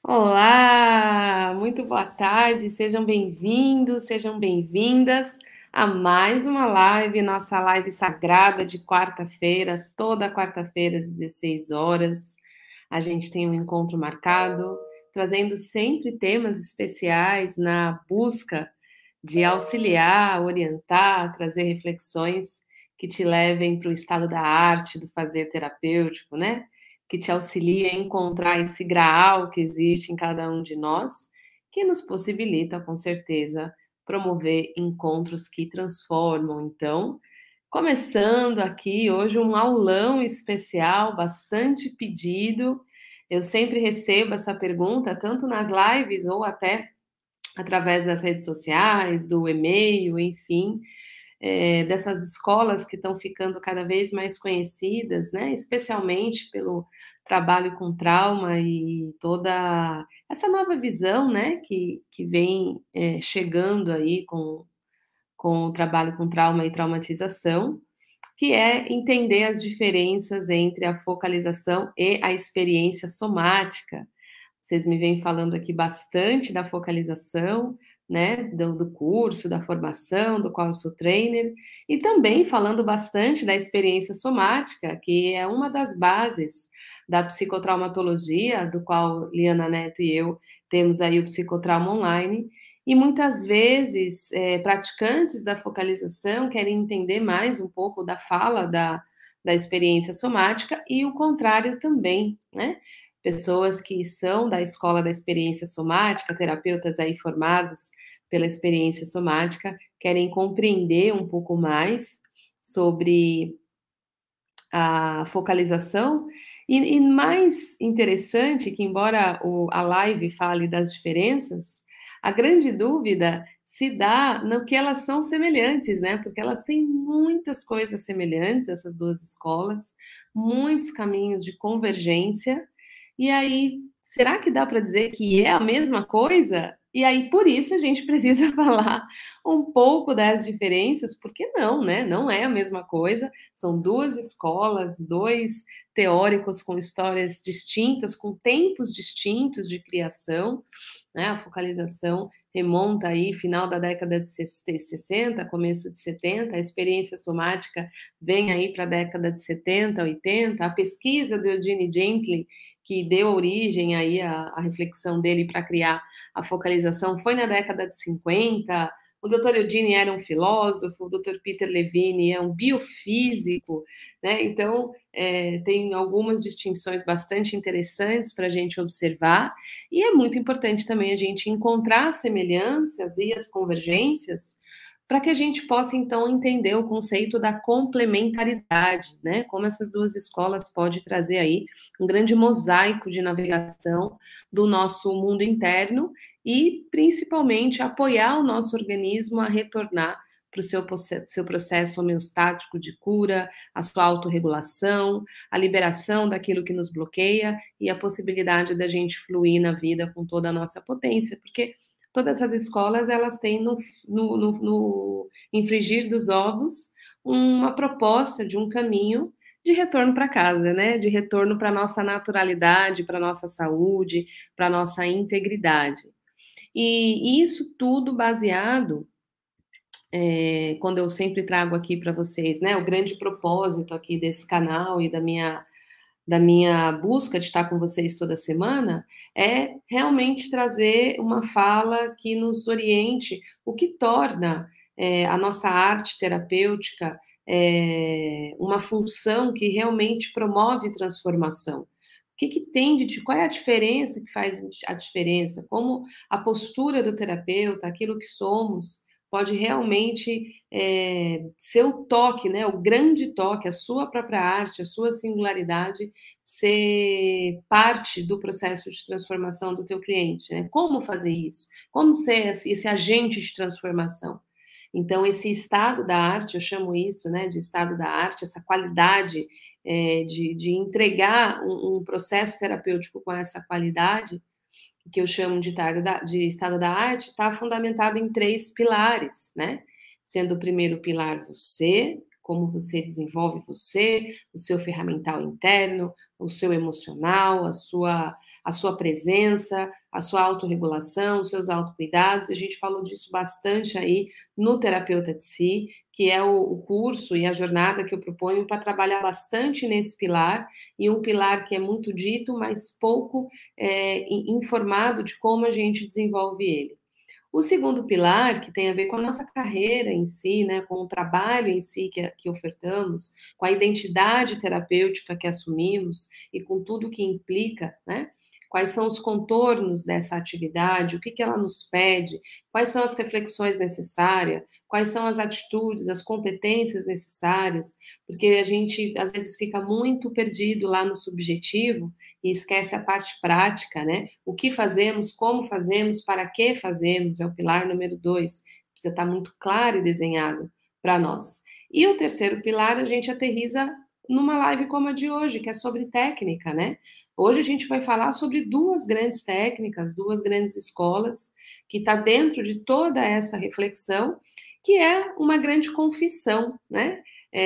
Olá, muito boa tarde, sejam bem-vindos, sejam bem-vindas a mais uma live, nossa live sagrada de quarta-feira, toda quarta-feira às 16 horas. A gente tem um encontro marcado, trazendo sempre temas especiais na busca de auxiliar, orientar, trazer reflexões que te levem para o estado da arte, do fazer terapêutico, né? Que te auxilia a encontrar esse graal que existe em cada um de nós, que nos possibilita, com certeza, promover encontros que transformam. Então, começando aqui hoje um aulão especial, bastante pedido. Eu sempre recebo essa pergunta, tanto nas lives ou até através das redes sociais, do e-mail, enfim, dessas escolas que estão ficando cada vez mais conhecidas, né? Especialmente pelo trabalho com trauma e toda essa nova visão, né? Que vem chegando aí com o trabalho com trauma e traumatização, que é entender as diferenças entre a focalização e a experiência somática. Vocês me vêm falando aqui bastante da focalização, né, do curso, da formação, do qual eu sou trainer, e também falando bastante da experiência somática, que é uma das bases da psicotraumatologia, do qual Liana Neto e eu temos aí o Psicotrauma Online, e muitas vezes praticantes da focalização querem entender mais um pouco da fala da experiência somática e o contrário também, né? Pessoas que são da escola da experiência somática, terapeutas aí formados pela experiência somática, querem compreender um pouco mais sobre a focalização. E mais interessante que, embora a live fale das diferenças, a grande dúvida se dá no que elas são semelhantes, né? Porque elas têm muitas coisas semelhantes, essas duas escolas, muitos caminhos de convergência. E aí, será que dá para dizer que é a mesma coisa? E aí, por isso, a gente precisa falar um pouco das diferenças, porque não, né? Não é a mesma coisa. São duas escolas, dois teóricos com histórias distintas, com tempos distintos de criação, né? A focalização remonta aí final da década de 60, começo de 70, a experiência somática vem aí para a década de 70, 80, a pesquisa do Eugene Gently, que deu origem aí à reflexão dele para criar a focalização, foi na década de 50. O Dr. Eugene era um filósofo, o Dr. Peter Levine é um biofísico, né? Então, tem algumas distinções bastante interessantes para a gente observar, e é muito importante também a gente encontrar as semelhanças e as convergências para que a gente possa, então, entender o conceito da complementaridade, né? Como essas duas escolas podem trazer aí um grande mosaico de navegação do nosso mundo interno e, principalmente, apoiar o nosso organismo a retornar para o seu processo homeostático de cura, a sua autorregulação, a liberação daquilo que nos bloqueia e a possibilidade da gente fluir na vida com toda a nossa potência, porque todas essas escolas elas têm no infringir dos ovos uma proposta de um caminho de retorno para casa, né? De retorno para nossa naturalidade, para nossa saúde, para nossa integridade. E isso tudo baseado, quando eu sempre trago aqui para vocês, né? O grande propósito aqui desse canal e da minha busca de estar com vocês toda semana é realmente trazer uma fala que nos oriente, o que torna a nossa arte terapêutica uma função que realmente promove transformação. O que tem qual é a diferença que faz a diferença? Como a postura do terapeuta, aquilo que somos, pode realmente ser o toque, né? O grande toque, a sua própria arte, a sua singularidade ser parte do processo de transformação do teu cliente, né? Como fazer isso? Como ser esse agente de transformação? Então, esse estado da arte, eu chamo isso, né, de estado da arte, essa qualidade de entregar um processo terapêutico com essa qualidade, que eu chamo de estado da arte, está fundamentado em três pilares, né? Sendo o primeiro pilar você, como você desenvolve você, o seu ferramental interno, o seu emocional, a sua presença, a sua autorregulação, os seus autocuidados. A gente falou disso bastante aí no Terapeuta de Si, que é o curso e a jornada que eu proponho para trabalhar bastante nesse pilar, e um pilar que é muito dito, mas pouco informado de como a gente desenvolve ele. O segundo pilar, que tem a ver com a nossa carreira em si, né, com o trabalho em si que ofertamos, com a identidade terapêutica que assumimos e com tudo que implica, né? Quais são os contornos dessa atividade, o que, que ela nos pede, quais são as reflexões necessárias, quais são as atitudes, as competências necessárias, porque a gente às vezes fica muito perdido lá no subjetivo e esquece a parte prática, né? O que fazemos, como fazemos, para que fazemos, é o pilar número 2. Precisa estar muito claro e desenhado para nós. E o terceiro pilar a gente aterriza numa live como a de hoje, que é sobre técnica, né? Hoje a gente vai falar sobre duas grandes técnicas, duas grandes escolas, que está dentro de toda essa reflexão, que é uma grande confissão, né?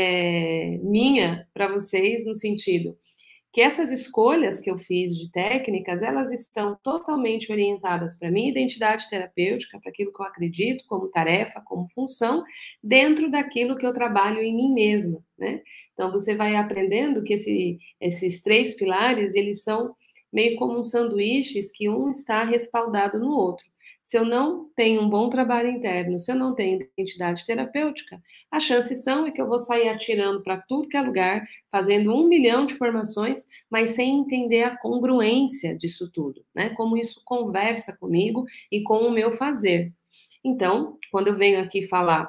Minha para vocês, no sentido que essas escolhas que eu fiz de técnicas, elas estão totalmente orientadas para a minha identidade terapêutica, para aquilo que eu acredito como tarefa, como função, dentro daquilo que eu trabalho em mim mesma, né? Então, você vai aprendendo que esses três pilares, eles são meio como uns sanduíches que um está respaldado no outro. Se eu não tenho um bom trabalho interno, se eu não tenho identidade terapêutica, as chances são é que eu vou sair atirando para tudo que é lugar, fazendo 1 milhão de formações, mas sem entender a congruência disso tudo, né? Como isso conversa comigo e com o meu fazer. Então, quando eu venho aqui falar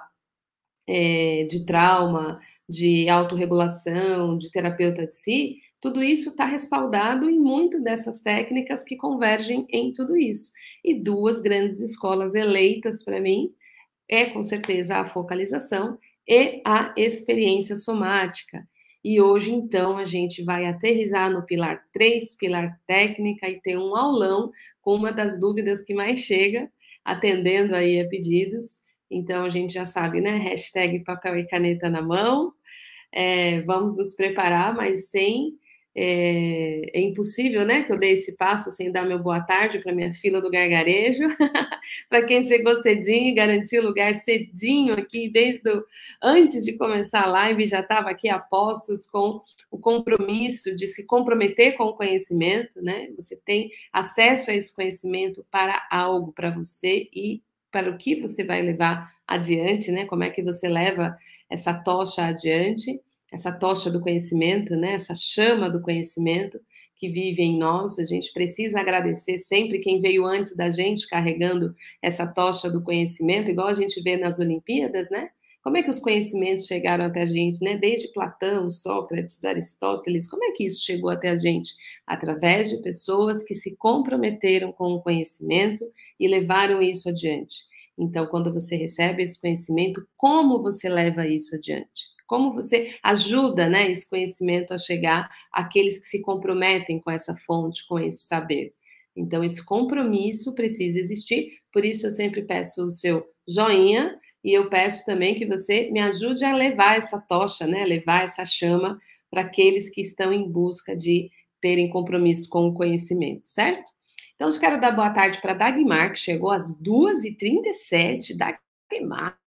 de trauma, de autorregulação, de terapeuta de si, tudo isso está respaldado em muitas dessas técnicas que convergem em tudo isso. E duas grandes escolas eleitas para mim é com certeza a focalização e a experiência somática. E hoje, então, a gente vai aterrissar no pilar 3, pilar técnica, e ter um aulão com uma das dúvidas que mais chega, atendendo aí a pedidos. Então, a gente já sabe, né? Hashtag papel e caneta na mão. Vamos nos preparar, mas sem. É impossível, né? Que eu dei esse passo sem dar meu boa tarde para minha fila do gargarejo. Para quem chegou cedinho, garantiu lugar cedinho aqui, antes de começar a live, já estava aqui a postos com o compromisso de se comprometer com o conhecimento, né? Você tem acesso a esse conhecimento para algo, para você e para o que você vai levar adiante, né? Como é que você leva essa tocha adiante, essa tocha do conhecimento, né? Essa chama do conhecimento que vive em nós. A gente precisa agradecer sempre quem veio antes da gente carregando essa tocha do conhecimento, igual a gente vê nas Olimpíadas, né? Como é que os conhecimentos chegaram até a gente, né? Desde Platão, Sócrates, Aristóteles, como é que isso chegou até a gente? Através de pessoas que se comprometeram com o conhecimento e levaram isso adiante. Então, quando você recebe esse conhecimento, como você leva isso adiante? Como você ajuda, né, esse conhecimento a chegar àqueles que se comprometem com essa fonte, com esse saber? Então, esse compromisso precisa existir, por isso eu sempre peço o seu joinha, e eu peço também que você me ajude a levar essa tocha, né, levar essa chama para aqueles que estão em busca de terem compromisso com o conhecimento, certo? Então, eu quero dar boa tarde para Dagmar, que chegou às 2h37. Dagmar,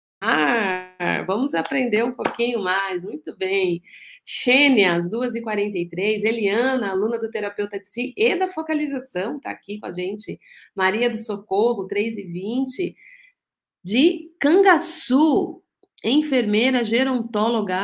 vamos aprender um pouquinho mais, muito bem. Xênia, às 2h43. Eliana, aluna do Terapeuta de Si e da Focalização, está aqui com a gente. Maria do Socorro, 3h20. De Cangaçu, enfermeira gerontóloga,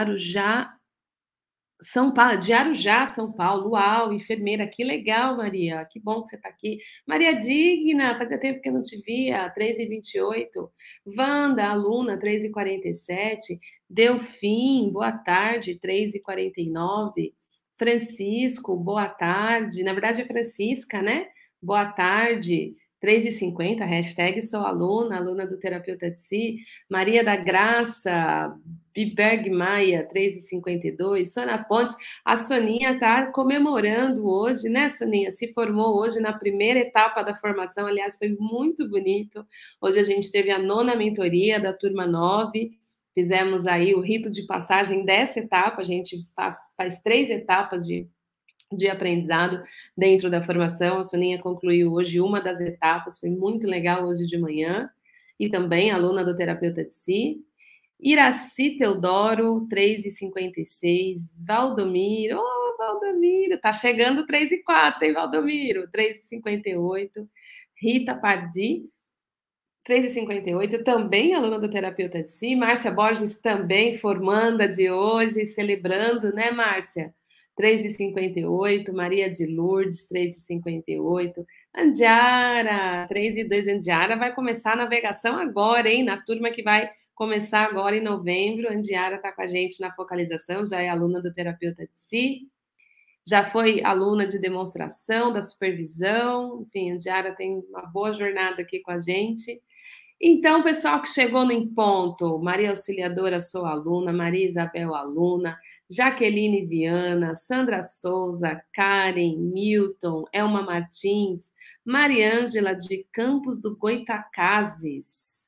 São Paulo, de Arujá, São Paulo. Uau, enfermeira, que legal, Maria. Que bom que você está aqui. Maria Digna, fazia tempo que eu não te via, 3h28. Wanda, aluna, 3h47. Delfim, boa tarde, 3h49. Francisco, boa tarde. Na verdade é Francisca, né? Boa tarde. 3h50, hashtag sou aluna, aluna do Terapeuta de Si. Maria da Graça, Biberg Maia, 3h52. Sônia Pontes, a Soninha está comemorando hoje, né, Soninha? Se formou hoje na primeira etapa da formação, aliás, foi muito bonito. Hoje a gente teve a 9ª mentoria da turma 9. fizemos aí o rito de passagem dessa etapa, a gente faz 3 etapas de aprendizado dentro da formação. A Soninha concluiu hoje uma das etapas, foi muito legal hoje de manhã, e também aluna do terapeuta de si. Iraci Teodoro, 3h56. Valdomiro, Valdomiro, tá chegando 3h04, hein, Valdomiro? 3h58. Rita Pardi, 3h58, também aluna do terapeuta de si. Márcia Borges, também formanda de hoje, celebrando, né, Márcia? 3h58. Maria de Lourdes, 3h58. Andiara, 3h02. Andiara vai começar a navegação agora, hein? Na turma que vai começar agora em novembro. Andiara está com a gente na focalização, já é aluna do terapeuta de si. Já foi aluna de demonstração, da supervisão. Enfim, Andiara tem uma boa jornada aqui com a gente. Então, pessoal que chegou no Em Ponto, Maria Auxiliadora, sou aluna, Maria Isabel, aluna, Jaqueline Viana, Sandra Souza, Karen, Milton, Elma Martins, Mariângela de Campos do Goitacazes,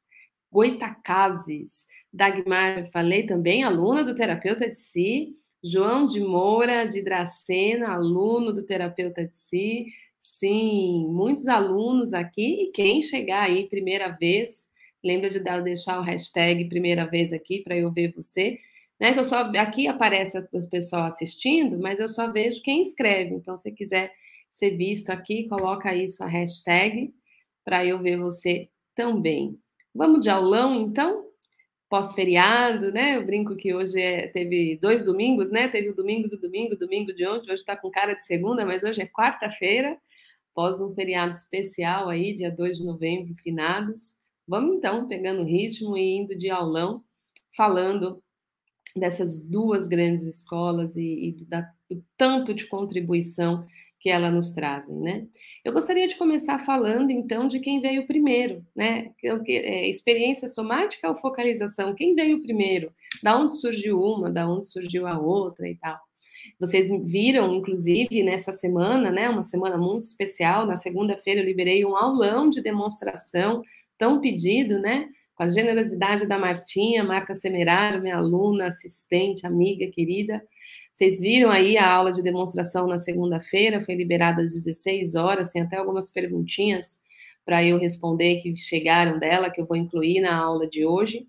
Dagmar, falei também, aluna do terapeuta de si, João de Moura, de Dracena, aluno do terapeuta de si. Sim, muitos alunos aqui, e quem chegar aí primeira vez, lembra de deixar o hashtag primeira vez aqui para eu ver você, né? Que eu só aqui aparece o pessoal assistindo, mas eu só vejo quem escreve. Então, se quiser ser visto aqui, coloca aí sua hashtag para eu ver você também. Vamos de aulão, então? Pós-feriado, né? Eu brinco que hoje teve 2 domingos, né? Teve o domingo do domingo, domingo de ontem, hoje está com cara de segunda, mas hoje é quarta-feira, após um feriado especial aí, dia 2 de novembro, finados. Vamos então, pegando o ritmo e indo de aulão, falando dessas 2 grandes escolas e do tanto de contribuição que elas nos trazem, né? Eu gostaria de começar falando, então, de quem veio primeiro, né? Experiência somática ou focalização? Quem veio primeiro? Da onde surgiu uma? Da onde surgiu a outra e tal? Vocês viram, inclusive, nessa semana, né? Uma semana muito especial. Na segunda-feira eu liberei um aulão de demonstração, tão pedido, né? Com a generosidade da Martinha, Marta Semeraro, minha aluna, assistente, amiga, querida. Vocês viram aí a aula de demonstração na segunda-feira, foi liberada às 16 horas, tem até algumas perguntinhas para eu responder que chegaram dela, que eu vou incluir na aula de hoje.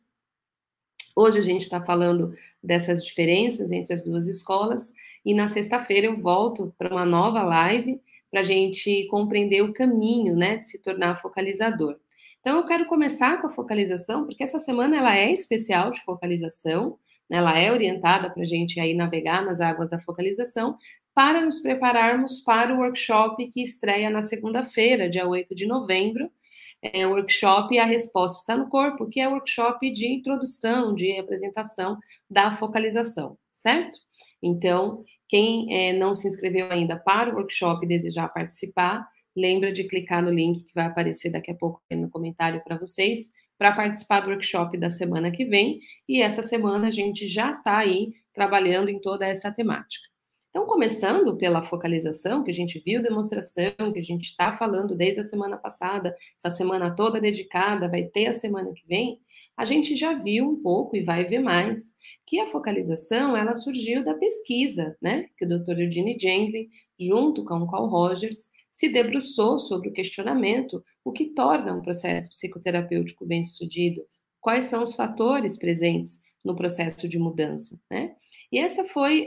Hoje a gente está falando dessas diferenças entre as 2 escolas, e na sexta-feira eu volto para uma nova live para a gente compreender o caminho, né, de se tornar focalizador. Então eu quero começar com a focalização, porque essa semana ela é especial de focalização, né, ela é orientada para a gente aí navegar nas águas da focalização, para nos prepararmos para o workshop que estreia na segunda-feira, dia 8 de novembro, o workshop A Resposta Está no Corpo, que é o workshop de introdução, de apresentação da focalização, certo? Então, quem não se inscreveu ainda para o workshop e desejar participar, lembra de clicar no link que vai aparecer daqui a pouco no comentário para vocês, para participar do workshop da semana que vem, e essa semana a gente já está aí trabalhando em toda essa temática. Então, começando pela focalização, que a gente viu demonstração, que a gente está falando desde a semana passada, essa semana toda dedicada, vai ter a semana que vem, a gente já viu um pouco e vai ver mais, que a focalização, ela surgiu da pesquisa, né, que o Dr. Eugene Gendlin, junto com o Carl Rogers, se debruçou sobre o questionamento, o que torna um processo psicoterapêutico bem-sucedido, quais são os fatores presentes no processo de mudança, né? E essa foi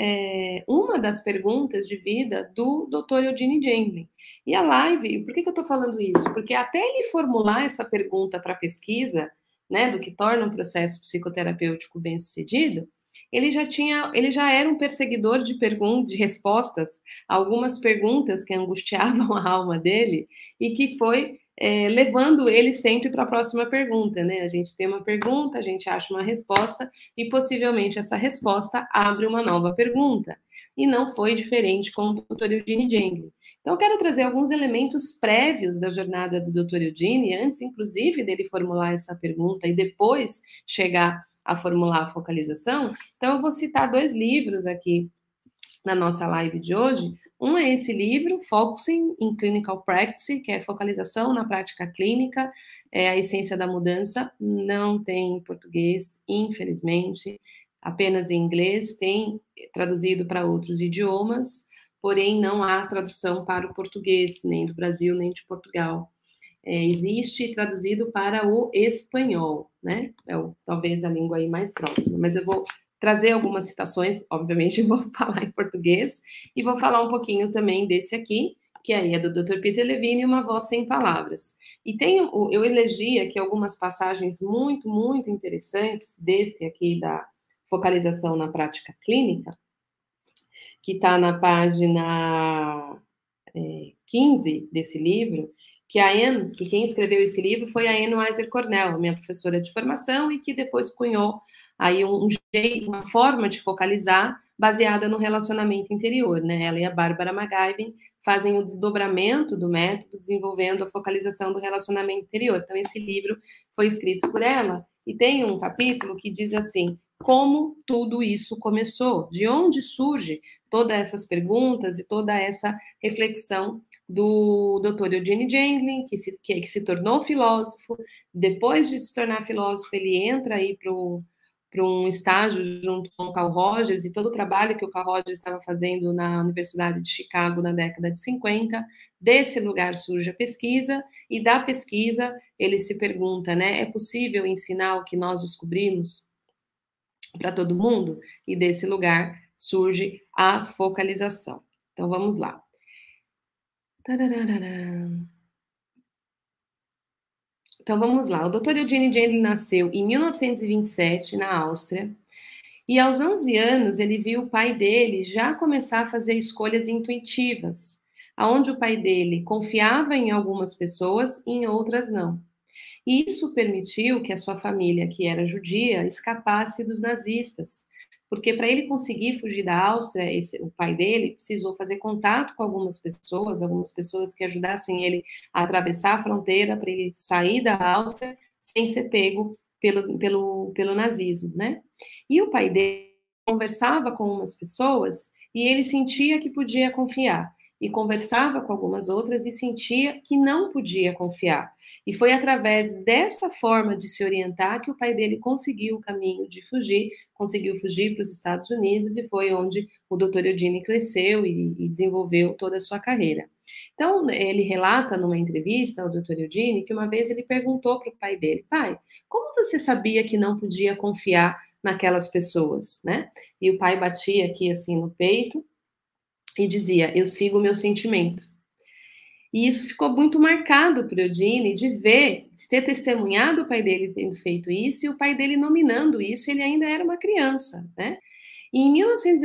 uma das perguntas de vida do Dr. Eugene Gendlin. E a live, por que eu estou falando isso? Porque até ele formular essa pergunta para a pesquisa, né, do que torna um processo psicoterapêutico bem-sucedido, ele já era um perseguidor de respostas a algumas perguntas que angustiavam a alma dele e que foi levando ele sempre para a próxima pergunta, né? A gente tem uma pergunta, a gente acha uma resposta e possivelmente essa resposta abre uma nova pergunta. E não foi diferente com o Dr. Eugene Gendlin. Então, eu quero trazer alguns elementos prévios da jornada do Dr. Eugene, antes, inclusive, dele formular essa pergunta e depois chegar a formular a focalização. Então, eu vou citar 2 livros aqui na nossa live de hoje, Um é esse livro, Focusing in Clinical Practice, que é focalização na prática clínica, é a essência da mudança. Não tem em português, infelizmente, apenas em inglês, tem traduzido para outros idiomas, porém não há tradução para o português, nem do Brasil, nem de Portugal. Existe traduzido para o espanhol, né? Talvez a língua aí mais próxima, mas eu vou trazer algumas citações, obviamente vou falar em português, e vou falar um pouquinho também desse aqui, que aí é do Dr. Peter Levine, Uma Voz Sem Palavras. E eu elegi aqui algumas passagens muito, muito interessantes desse aqui da focalização na prática clínica, que está na página 15 desse livro, que que quem escreveu esse livro foi a Anne Weiser Cornell, minha professora de formação, e que depois cunhou aí uma forma de focalizar baseada no relacionamento interior, né? Ela e a Bárbara McGuigan fazem o desdobramento do método, desenvolvendo a focalização do relacionamento interior. Então, esse livro foi escrito por ela, e tem um capítulo que diz assim: como tudo isso começou, de onde surge todas essas perguntas e toda essa reflexão do Dr. Eugene Gendlin, que se tornou filósofo. Depois de se tornar filósofo, ele entra aí para um estágio junto com o Carl Rogers e todo o trabalho que o Carl Rogers estava fazendo na Universidade de Chicago na década de 50. Desse lugar surge a pesquisa, e da pesquisa ele se pergunta, né, é possível ensinar o que nós descobrimos para todo mundo? E desse lugar surge a focalização. Então vamos lá. Então vamos lá. O Dr. Eugene Gendlin nasceu em 1927 na Áustria, e aos 11 anos ele viu o pai dele já começar a fazer escolhas intuitivas, aonde o pai dele confiava em algumas pessoas e em outras não. E isso permitiu que a sua família, que era judia, escapasse dos nazistas. Porque para ele conseguir fugir da Áustria, o pai dele precisou fazer contato com algumas pessoas que ajudassem ele a atravessar a fronteira para ele sair da Áustria sem ser pego pelo nazismo, né? E o pai dele conversava com umas pessoas e ele sentia que podia confiar. E conversava com algumas outras e sentia que não podia confiar. E foi através dessa forma de se orientar que o pai dele conseguiu o caminho de fugir, conseguiu fugir para os Estados Unidos, e foi onde o Dr. Eugene cresceu e desenvolveu toda a sua carreira. Então, ele relata numa entrevista ao Dr. Eugene que uma vez ele perguntou para o pai dele: pai, como você sabia que não podia confiar naquelas pessoas, né? E o pai batia aqui assim no peito e dizia: eu sigo o meu sentimento. E isso ficou muito marcado para o Eugene, de ter testemunhado o pai dele tendo feito isso, e o pai dele nominando isso. Ele ainda era uma criança, né? E em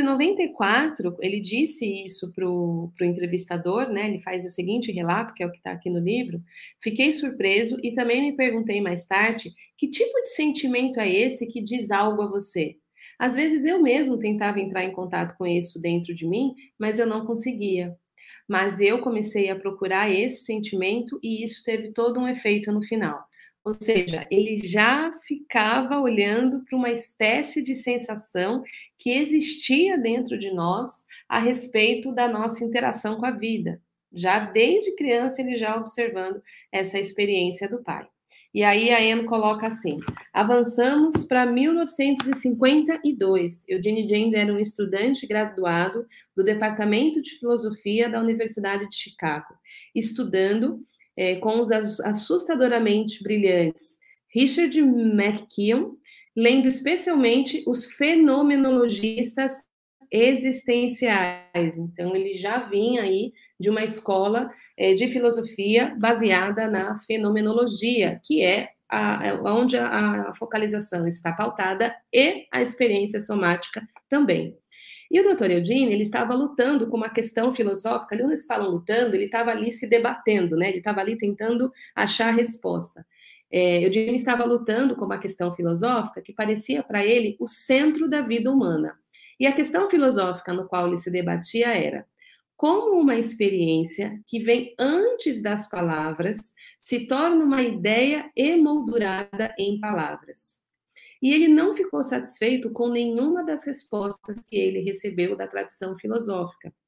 1994, ele disse isso para o entrevistador, né? Ele faz o seguinte relato, que é o que está aqui no livro: fiquei surpreso e também me perguntei mais tarde que tipo de sentimento é esse que diz algo a você. Às vezes eu mesmo tentava entrar em contato com isso dentro de mim, mas eu não conseguia. Mas eu comecei a procurar esse sentimento e isso teve todo um efeito no final. Ou seja, ele já ficava olhando para uma espécie de sensação que existia dentro de nós a respeito da nossa interação com a vida. Já desde criança, ele já observando essa experiência do pai. E aí a Anne coloca assim: avançamos para 1952. Eugene Gendlin era um estudante graduado do Departamento de Filosofia da Universidade de Chicago, estudando com os assustadoramente brilhantes Richard McKeown, lendo especialmente os fenomenologistas existenciais. Então, ele já vinha aí de uma escola de filosofia baseada na fenomenologia, que é onde a focalização está pautada, e a experiência somática também. E o Dr. Eugene, ele estava lutando com uma questão filosófica. Ali onde eles falam lutando, ele estava ali se debatendo, né? Ele estava ali tentando achar a resposta. Eugene estava lutando com uma questão filosófica que parecia para ele o centro da vida humana. E a questão filosófica no qual ele se debatia era: como uma experiência que vem antes das palavras se torna uma ideia emoldurada em palavras. E ele não ficou satisfeito com nenhuma das respostas que ele recebeu da tradição filosófica.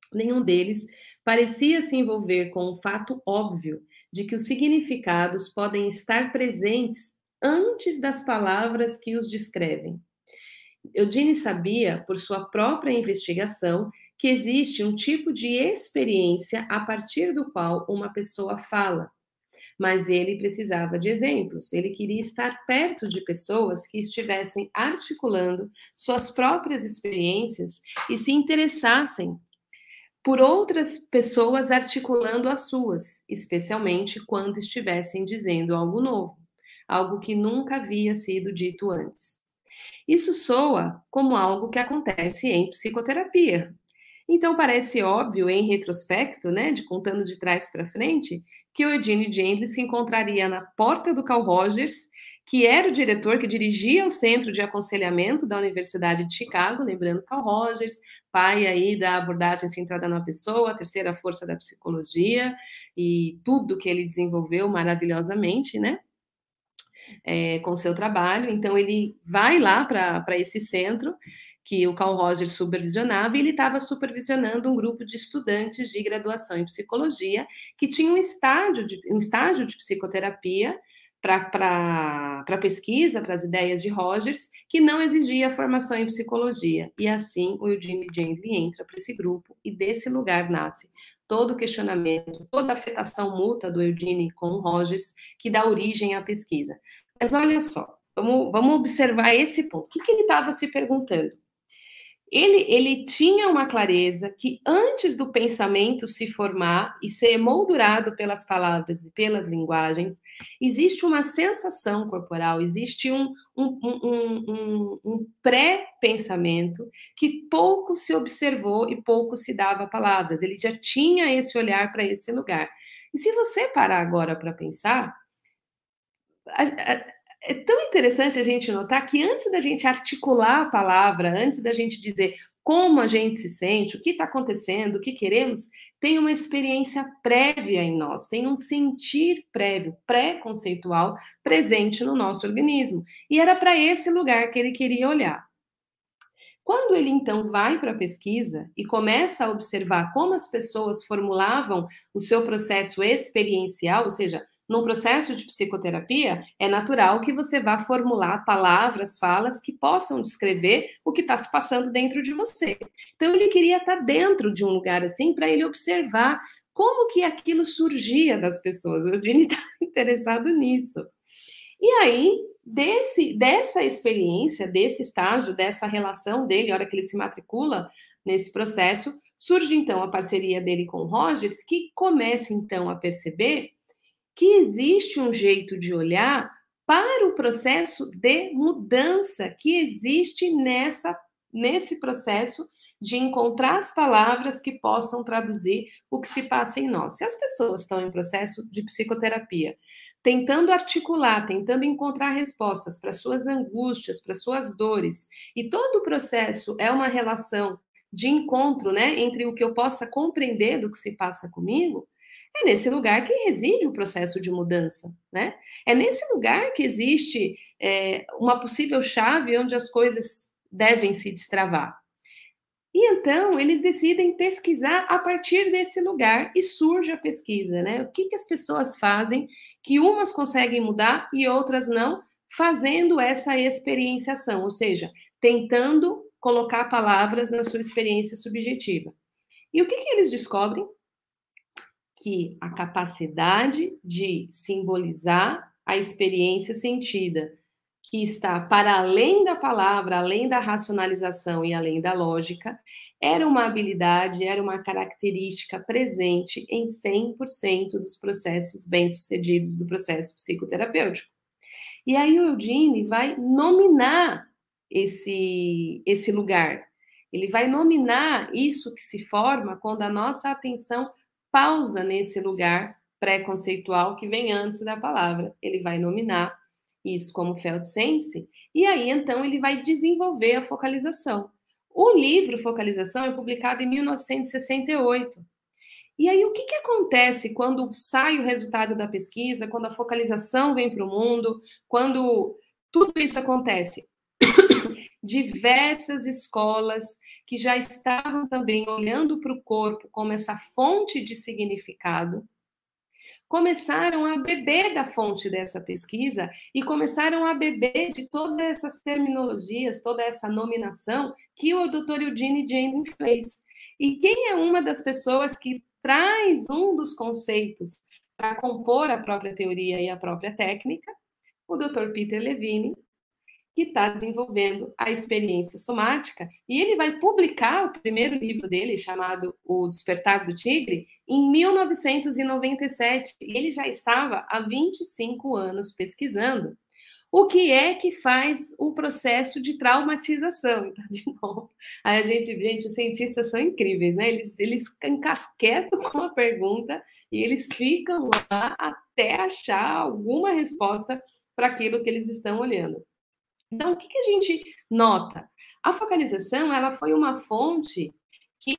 nenhum deles parecia se envolver com o fato óbvio de que os significados podem estar presentes antes das palavras que os descrevem. Eugene sabia, por sua própria investigação, que existe um tipo de experiência a partir do qual uma pessoa fala, mas ele precisava de exemplos. Ele queria estar perto de pessoas que estivessem articulando suas próprias experiências e se interessassem por outras pessoas articulando as suas, especialmente quando estivessem dizendo algo novo, algo que nunca havia sido dito antes. Isso soa como algo que acontece em psicoterapia. Então parece óbvio, em retrospecto, né, de contando de trás para frente, que o Eugene Gendley se encontraria na porta do Carl Rogers, que era o diretor que dirigia o Centro de Aconselhamento da Universidade de Chicago, lembrando Carl Rogers, pai aí da abordagem centrada na pessoa, a terceira força da psicologia, e tudo que ele desenvolveu maravilhosamente, né? Com o seu trabalho. Então, ele vai lá para esse centro que o Carl Rogers supervisionava, e ele estava supervisionando um grupo de estudantes de graduação em psicologia que tinha um estágio de psicoterapia para pesquisa, para as ideias de Rogers, que não exigia formação em psicologia. E assim o Eugene Gendley entra para esse grupo, e desse lugar nasce todo o questionamento, toda a afetação mútua do Eugene com o Rogers, que dá origem à pesquisa. Mas olha só, vamos observar esse ponto. O que ele estava se perguntando? Ele tinha uma clareza que antes do pensamento se formar e ser emoldurado pelas palavras e pelas linguagens, existe uma sensação corporal, existe um pré-pensamento que pouco se observou e pouco se dava palavras. Ele já tinha esse olhar para esse lugar. E se você parar agora para pensar, é tão interessante a gente notar que antes da gente articular a palavra, antes da gente dizer como a gente se sente, o que está acontecendo, o que queremos, tem uma experiência prévia em nós, tem um sentir prévio, pré-conceitual, presente no nosso organismo. E era para esse lugar que ele queria olhar. Quando ele então vai para a pesquisa e começa a observar como as pessoas formulavam o seu processo experiencial, ou seja, num processo de psicoterapia, é natural que você vá formular palavras, falas que possam descrever o que está se passando dentro de você. Então, ele queria estar dentro de um lugar assim para ele observar como que aquilo surgia das pessoas. O Eugene está interessado nisso. E aí, dessa experiência, desse estágio, dessa relação dele, a hora que ele se matricula nesse processo, surge então a parceria dele com o Rogers, que começa então a perceber que existe um jeito de olhar para o processo de mudança que existe nesse processo de encontrar as palavras que possam traduzir o que se passa em nós. Se as pessoas estão em processo de psicoterapia, tentando articular, tentando encontrar respostas para suas angústias, para suas dores, e todo o processo é uma relação de encontro, né, entre o que eu possa compreender do que se passa comigo, é nesse lugar que reside o processo de mudança, né? É nesse lugar que existe uma possível chave onde as coisas devem se destravar. E então eles decidem pesquisar a partir desse lugar e surge a pesquisa, né? O que as pessoas fazem que umas conseguem mudar e outras não, fazendo essa experienciação, ou seja, tentando colocar palavras na sua experiência subjetiva. E o que eles descobrem? Que a capacidade de simbolizar a experiência sentida, que está para além da palavra, além da racionalização e além da lógica, era uma habilidade, era uma característica presente em 100% dos processos bem-sucedidos do processo psicoterapêutico. E aí o Eugene vai nominar esse lugar. Ele vai nominar isso que se forma quando a nossa atenção pausa nesse lugar pré-conceitual que vem antes da palavra. Ele vai nominar isso como Feldsense, e aí então ele vai desenvolver a focalização. O livro Focalização é publicado em 1968. E aí o que acontece quando sai o resultado da pesquisa, quando a focalização vem para o mundo, quando tudo isso acontece? diversas escolas que já estavam também olhando para o corpo como essa fonte de significado, começaram a beber da fonte dessa pesquisa e começaram a beber de todas essas terminologias, toda essa nominação que o Dr. Eugene Gendlin fez. E quem é uma das pessoas que traz um dos conceitos para compor a própria teoria e a própria técnica? O Dr. Peter Levine, que está desenvolvendo a experiência somática, e ele vai publicar o primeiro livro dele, chamado O Despertar do Tigre, em 1997, e ele já estava há 25 anos pesquisando o que é que faz o processo de traumatização. Então, de novo, aí gente, os cientistas são incríveis, né? Eles encasquetam com a pergunta e eles ficam lá até achar alguma resposta para aquilo que eles estão olhando. Então, o que a gente nota? A focalização, ela foi uma fonte que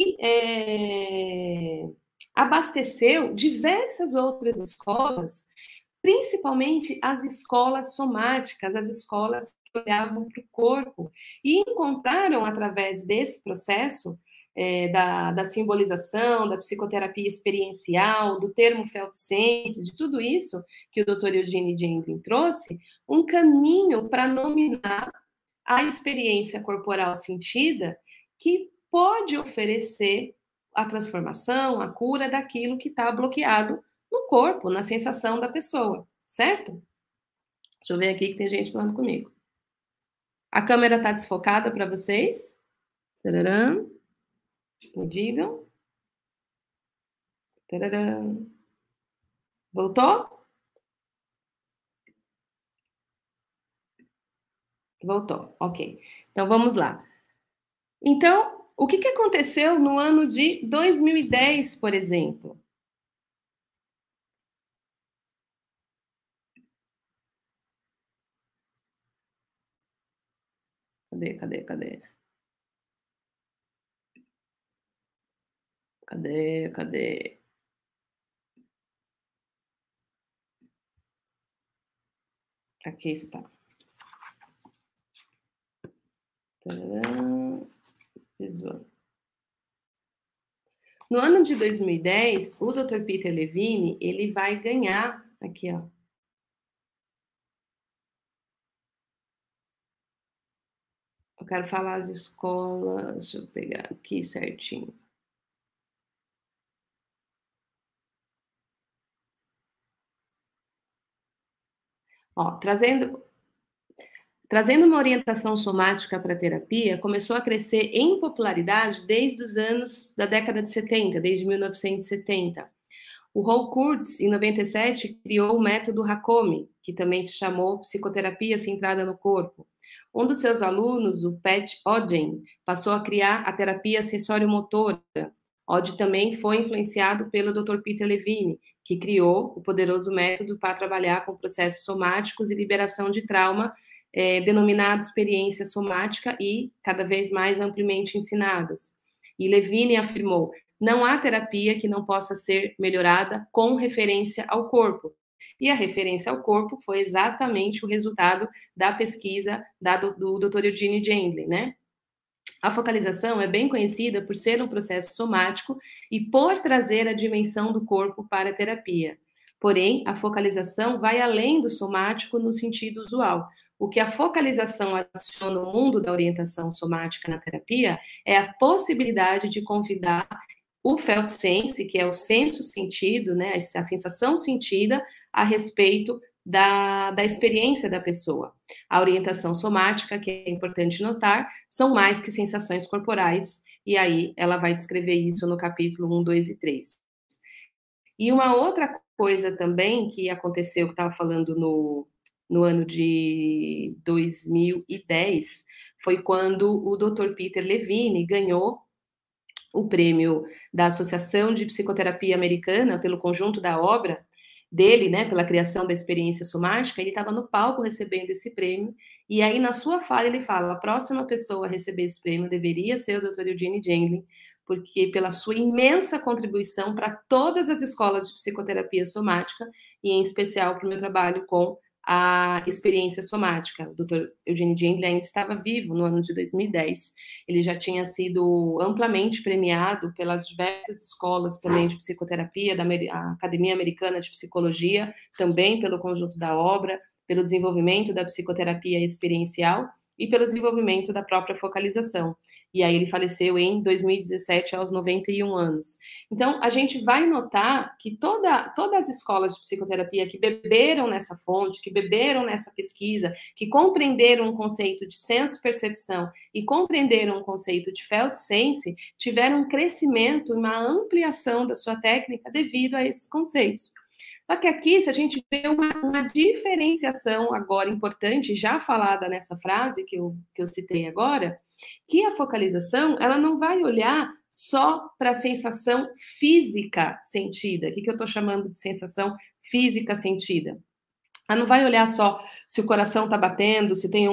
abasteceu diversas outras escolas, principalmente as escolas somáticas, as escolas que olhavam para o corpo, e encontraram, através desse processo, da simbolização, da psicoterapia experiencial, do termo Felt-Sense, de tudo isso que o Dr. Eugene Gendlin trouxe, um caminho para nominar a experiência corporal sentida que pode oferecer a transformação, a cura daquilo que está bloqueado no corpo, na sensação da pessoa, certo? Deixa eu ver aqui que tem gente falando comigo. A câmera está desfocada para vocês? Tararam. Me digam. Tararam. Voltou? Voltou, ok. Então vamos lá. Então, o que aconteceu no ano de 2010, por exemplo? Cadê? Aqui está. No ano de 2010, o Dr. Peter Levine, ele vai ganhar, aqui ó, eu quero falar as escolas, deixa eu pegar aqui certinho. Ó, trazendo uma orientação somática para a terapia, começou a crescer em popularidade desde os anos da década de 70, desde 1970. O Hall Kurtz, em 97, criou o método Hakomi, que também se chamou Psicoterapia Centrada no Corpo. Um dos seus alunos, o Pat Odden, passou a criar a terapia sensório-motora. Odden também foi influenciado pelo Dr. Peter Levine, que criou o poderoso método para trabalhar com processos somáticos e liberação de trauma, denominado experiência somática e cada vez mais amplamente ensinados. E Levine afirmou: não há terapia que não possa ser melhorada com referência ao corpo. E a referência ao corpo foi exatamente o resultado da pesquisa do Dr. Eugene Gendlin, né? A focalização é bem conhecida por ser um processo somático e por trazer a dimensão do corpo para a terapia. Porém, a focalização vai além do somático no sentido usual. O que a focalização adiciona no mundo da orientação somática na terapia é a possibilidade de convidar o felt sense, que é o senso sentido, né, a sensação sentida a respeito da experiência da pessoa. A orientação somática, que é importante notar, são mais que sensações corporais, e aí ela vai descrever isso no capítulo 1, 2 e 3. E uma outra coisa também que aconteceu, que estava falando no ano de 2010, foi quando o Dr. Peter Levine ganhou o prêmio da Associação de Psicoterapia Americana pelo conjunto da obra dele, né, pela criação da experiência somática. Ele estava no palco recebendo esse prêmio, e aí na sua fala ele fala: a próxima pessoa a receber esse prêmio deveria ser o Dr. Eugene Gendlin, porque pela sua imensa contribuição para todas as escolas de psicoterapia somática, e em especial para o meu trabalho com a experiência somática. O Dr. Eugene Gendlin ainda estava vivo no ano de 2010. Ele já tinha sido amplamente premiado pelas diversas escolas também de psicoterapia, da Academia Americana de Psicologia, também pelo conjunto da obra, pelo desenvolvimento da psicoterapia experiencial e pelo desenvolvimento da própria focalização. E aí ele faleceu em 2017, aos 91 anos. Então, a gente vai notar que todas as escolas de psicoterapia que beberam nessa fonte, que beberam nessa pesquisa, que compreenderam o conceito de senso-percepção e compreenderam o conceito de felt-sense, tiveram um crescimento, uma ampliação da sua técnica devido a esses conceitos. Só que aqui, se a gente vê uma diferenciação agora importante, já falada nessa frase que eu citei agora, que a focalização, ela não vai olhar só para a sensação física sentida. O que eu estou chamando de sensação física sentida? Ela não vai olhar só se o coração está batendo, se tem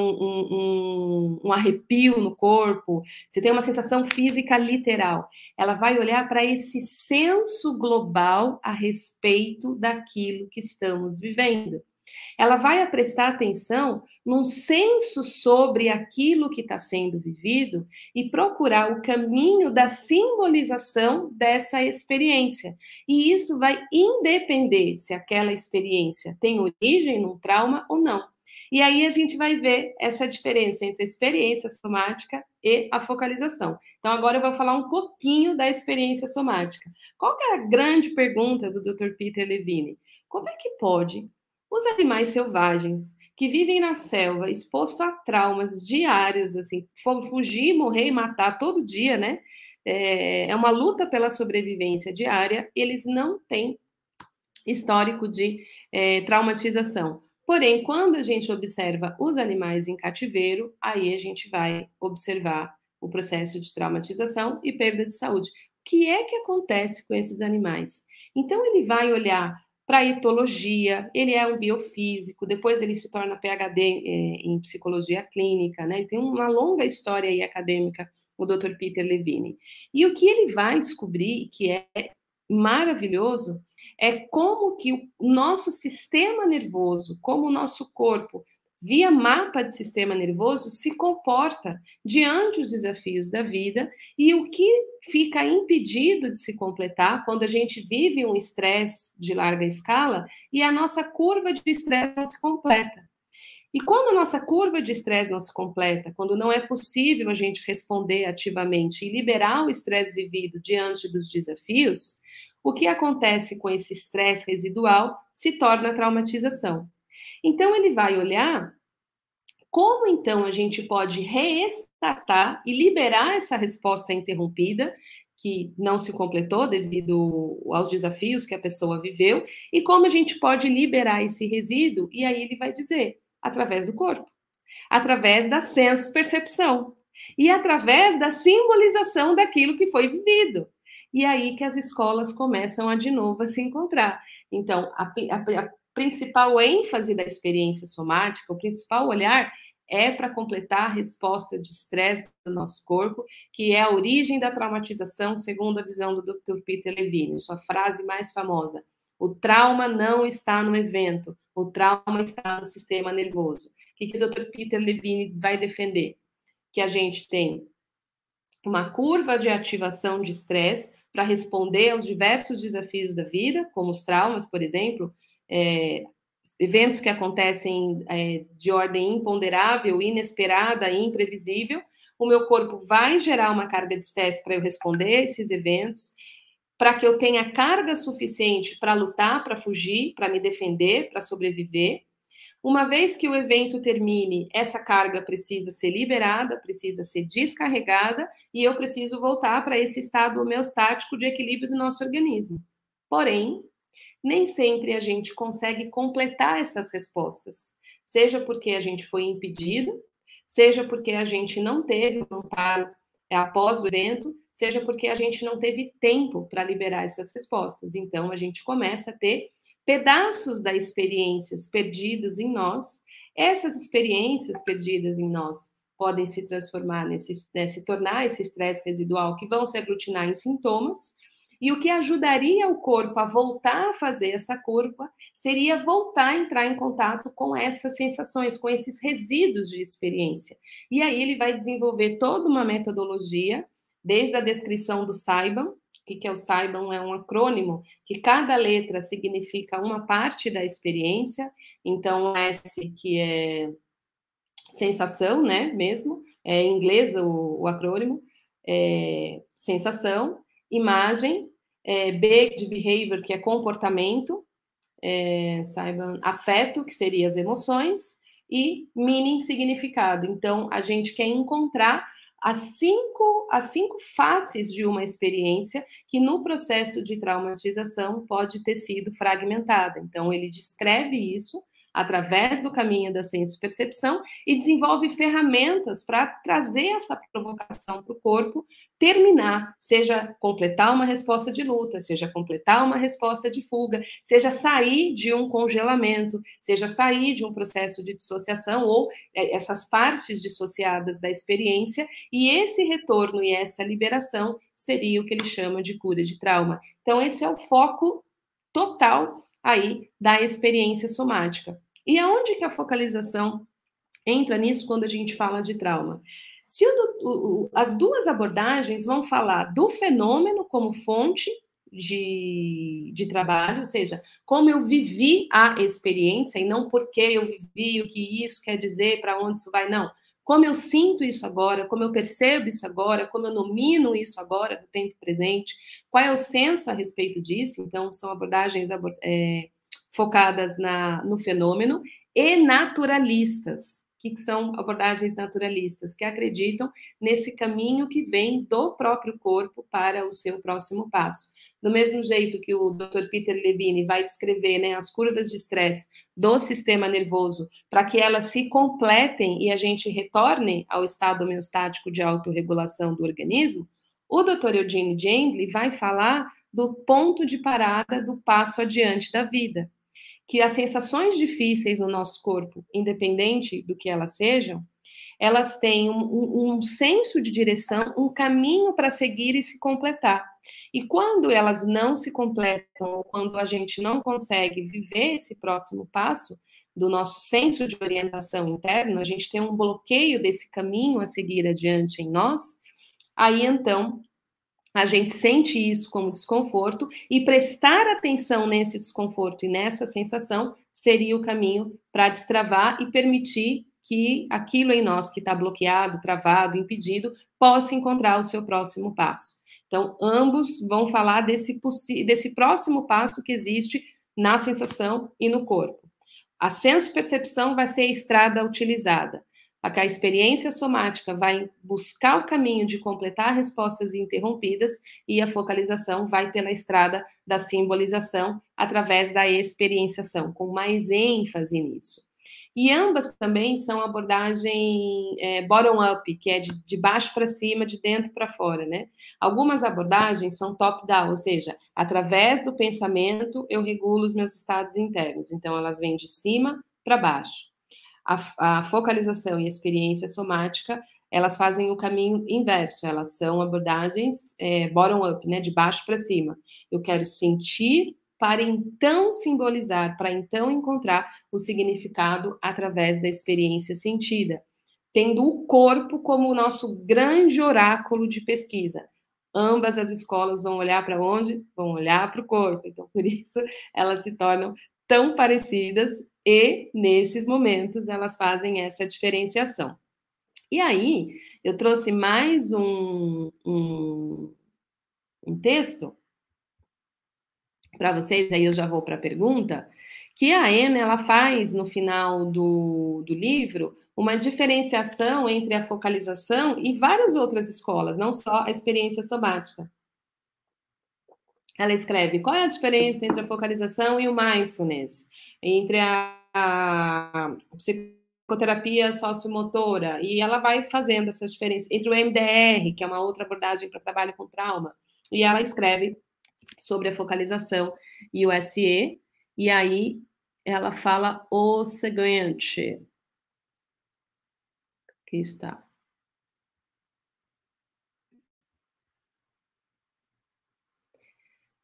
um arrepio no corpo, se tem uma sensação física literal. Ela vai olhar para esse senso global a respeito daquilo que estamos vivendo. Ela vai prestar atenção num senso sobre aquilo que está sendo vivido e procurar o caminho da simbolização dessa experiência. E isso vai independer se aquela experiência tem origem num trauma ou não. E aí a gente vai ver essa diferença entre a experiência somática e a focalização. Então, agora eu vou falar um pouquinho da experiência somática. Qual que é a grande pergunta do Dr. Peter Levine? Como é que pode os animais selvagens que vivem na selva, exposto a traumas diários, assim, fugir, morrer e matar todo dia, né? É uma luta pela sobrevivência diária, eles não têm histórico de traumatização. Porém, quando a gente observa os animais em cativeiro, aí a gente vai observar o processo de traumatização e perda de saúde. O que é que acontece com esses animais? Então, ele vai olhar para a etologia, ele é um biofísico, depois ele se torna PhD em psicologia clínica, né? Ele tem uma longa história aí acadêmica, o Dr. Peter Levine. E o que ele vai descobrir, que é maravilhoso, é como que o nosso sistema nervoso, como o nosso corpo, via mapa de sistema nervoso, se comporta diante dos desafios da vida e o que fica impedido de se completar quando a gente vive um estresse de larga escala e a nossa curva de estresse não se completa. E quando a nossa curva de estresse não se completa, quando não é possível a gente responder ativamente e liberar o estresse vivido diante dos desafios, o que acontece com esse estresse residual se torna traumatização. Então, ele vai olhar como, então, a gente pode restartar e liberar essa resposta interrompida, que não se completou devido aos desafios que a pessoa viveu, e como a gente pode liberar esse resíduo, e aí ele vai dizer, através do corpo, através da senso-percepção, e através da simbolização daquilo que foi vivido. E aí que as escolas começam de novo a se encontrar. Então, a principal ênfase da experiência somática, o principal olhar é para completar a resposta de estresse do nosso corpo, que é a origem da traumatização, segundo a visão do Dr. Peter Levine, sua frase mais famosa. O trauma não está no evento, o trauma está no sistema nervoso. O que o Dr. Peter Levine vai defender? Que a gente tem uma curva de ativação de estresse para responder aos diversos desafios da vida, como os traumas, por exemplo, eventos que acontecem de ordem imponderável, inesperada e imprevisível. O meu corpo vai gerar uma carga de estresse para eu responder a esses eventos, para que eu tenha carga suficiente para lutar, para fugir, para me defender, para sobreviver. Uma vez que o evento termine, essa carga precisa ser liberada, precisa ser descarregada e eu preciso voltar para esse estado homeostático de equilíbrio do nosso organismo. Porém, nem sempre a gente consegue completar essas respostas, seja porque a gente foi impedido, seja porque a gente não teve um amparo após o evento, seja porque a gente não teve tempo para liberar essas respostas. Então, a gente começa a ter pedaços das experiências perdidos em nós. Essas experiências perdidas em nós podem se transformar se tornar esse estresse residual, que vão se aglutinar em sintomas, E o que ajudaria o corpo a voltar a fazer essa curva seria voltar a entrar em contato com essas sensações, com esses resíduos de experiência. E aí ele vai desenvolver toda uma metodologia, desde a descrição do Saiban. O que é o Saiban? É um acrônimo que cada letra significa uma parte da experiência. Então, S, que é sensação, né, mesmo, em inglês o acrônimo, sensação, imagem, B de behavior, que é comportamento, saibam, afeto, que seria as emoções, e meaning, significado. Então, a gente quer encontrar as cinco faces de uma experiência que no processo de traumatização pode ter sido fragmentada. Então, ele descreve isso através do caminho da senso-percepção e desenvolve ferramentas para trazer essa provocação para o corpo terminar, seja completar uma resposta de luta, seja completar uma resposta de fuga, seja sair de um congelamento, seja sair de um processo de dissociação ou essas partes dissociadas da experiência, e esse retorno e essa liberação seria o que ele chama de cura de trauma. Então, esse é o foco total aí da experiência somática. E aonde que a focalização entra nisso quando a gente fala de trauma? Se as duas abordagens vão falar do fenômeno como fonte de trabalho, ou seja, como eu vivi a experiência e não porque eu vivi, o que isso quer dizer, para onde isso vai, não. Como eu sinto isso agora, como eu percebo isso agora, como eu nomino isso agora, do tempo presente, qual é o senso a respeito disso? Então, são abordagens focadas no fenômeno e naturalistas, que são abordagens naturalistas, que acreditam nesse caminho que vem do próprio corpo para o seu próximo passo. Do mesmo jeito que o Dr. Peter Levine vai descrever, né, as curvas de estresse do sistema nervoso para que elas se completem e a gente retorne ao estado homeostático de autorregulação do organismo, o Dr. Eugene Jandley vai falar do ponto de parada do passo adiante da vida, que as sensações difíceis no nosso corpo, independente do que elas sejam, elas têm um senso de direção, um caminho para seguir e se completar. E quando elas não se completam, ou quando a gente não consegue viver esse próximo passo do nosso senso de orientação interno, a gente tem um bloqueio desse caminho a seguir adiante em nós, aí então a gente sente isso como desconforto e prestar atenção nesse desconforto e nessa sensação seria o caminho para destravar e permitir que aquilo em nós que está bloqueado, travado, impedido, possa encontrar o seu próximo passo. Então, ambos vão falar desse próximo passo que existe na sensação e no corpo. A senso-percepção vai ser a estrada utilizada. A experiência somática vai buscar o caminho de completar respostas interrompidas e a focalização vai pela estrada da simbolização através da experienciação, com mais ênfase nisso. E ambas também são abordagem bottom-up, que é de baixo para cima, de dentro para fora, né? Algumas abordagens são top-down, ou seja, através do pensamento eu regulo os meus estados internos. Então, elas vêm de cima para baixo. A focalização e a experiência somática, elas fazem o caminho inverso, elas são abordagens bottom-up, né, de baixo para cima. Eu quero sentir para então simbolizar, para então encontrar o significado através da experiência sentida, tendo o corpo como o nosso grande oráculo de pesquisa. Ambas as escolas vão olhar para onde? Vão olhar para o corpo. Então, por isso, elas se tornam tão parecidas e, nesses momentos, elas fazem essa diferenciação. E aí, eu trouxe mais um texto para vocês, aí eu já vou para a pergunta, que a Ana ela faz no final do livro uma diferenciação entre a focalização e várias outras escolas, não só a experiência somática. Ela escreve qual é a diferença entre a focalização e o mindfulness, entre a psicoterapia sociomotora, e ela vai fazendo essas diferenças, entre o MDR, que é uma outra abordagem para trabalho com trauma, e ela escreve sobre a focalização e o SE, e aí ela fala o seguinte, que está.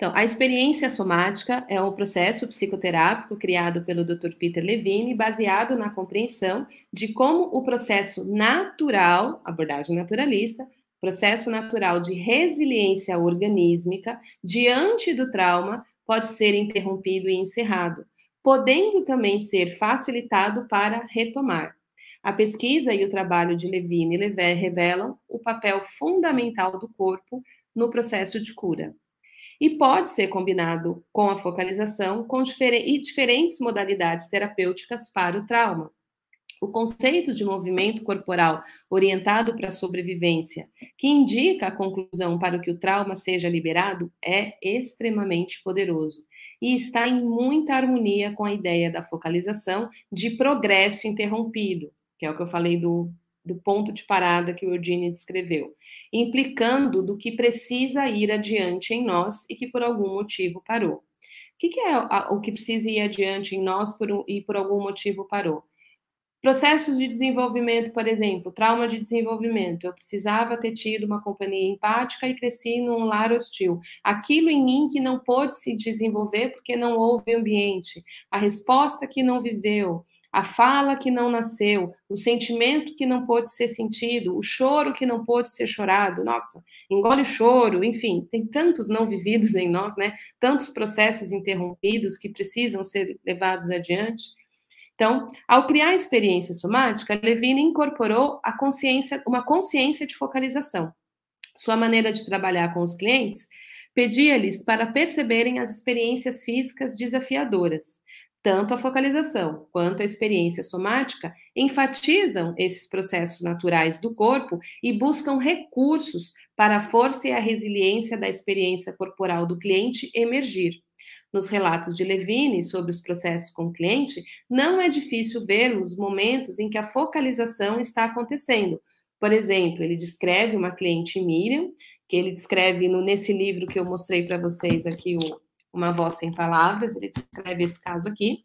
Então, a experiência somática é um processo psicoterápico criado pelo Dr. Peter Levine, baseado na compreensão de como o processo natural, abordagem naturalista, processo natural de resiliência organísmica diante do trauma pode ser interrompido e encerrado, podendo também ser facilitado para retomar. A pesquisa e o trabalho de Levine revelam o papel fundamental do corpo no processo de cura e pode ser combinado com a focalização e diferentes modalidades terapêuticas para o trauma. O conceito de movimento corporal orientado para a sobrevivência, que indica a conclusão para que o trauma seja liberado, é extremamente poderoso e está em muita harmonia com a ideia da focalização de progresso interrompido, que é o que eu falei do ponto de parada que o Eugene descreveu, implicando do que precisa ir adiante em nós e que por algum motivo parou. O que é o que precisa ir adiante em nós e por algum motivo parou? Processos de desenvolvimento, por exemplo, trauma de desenvolvimento. Eu precisava ter tido uma companhia empática e cresci num lar hostil. Aquilo em mim que não pôde se desenvolver porque não houve ambiente. A resposta que não viveu. A fala que não nasceu. O sentimento que não pôde ser sentido. O choro que não pôde ser chorado. Nossa, engole o choro. Enfim, tem tantos não vividos em nós, né? Tantos processos interrompidos que precisam ser levados adiante. Então, ao criar a experiência somática, Levine incorporou uma consciência de focalização. Sua maneira de trabalhar com os clientes pedia-lhes para perceberem as experiências físicas desafiadoras. Tanto a focalização quanto a experiência somática enfatizam esses processos naturais do corpo e buscam recursos para a força e a resiliência da experiência corporal do cliente emergir. Nos relatos de Levine sobre os processos com o cliente, não é difícil vermos momentos em que a focalização está acontecendo. Por exemplo, ele descreve uma cliente, Miriam, que ele descreve nesse livro que eu mostrei para vocês aqui, Uma Voz Sem Palavras, ele descreve esse caso aqui.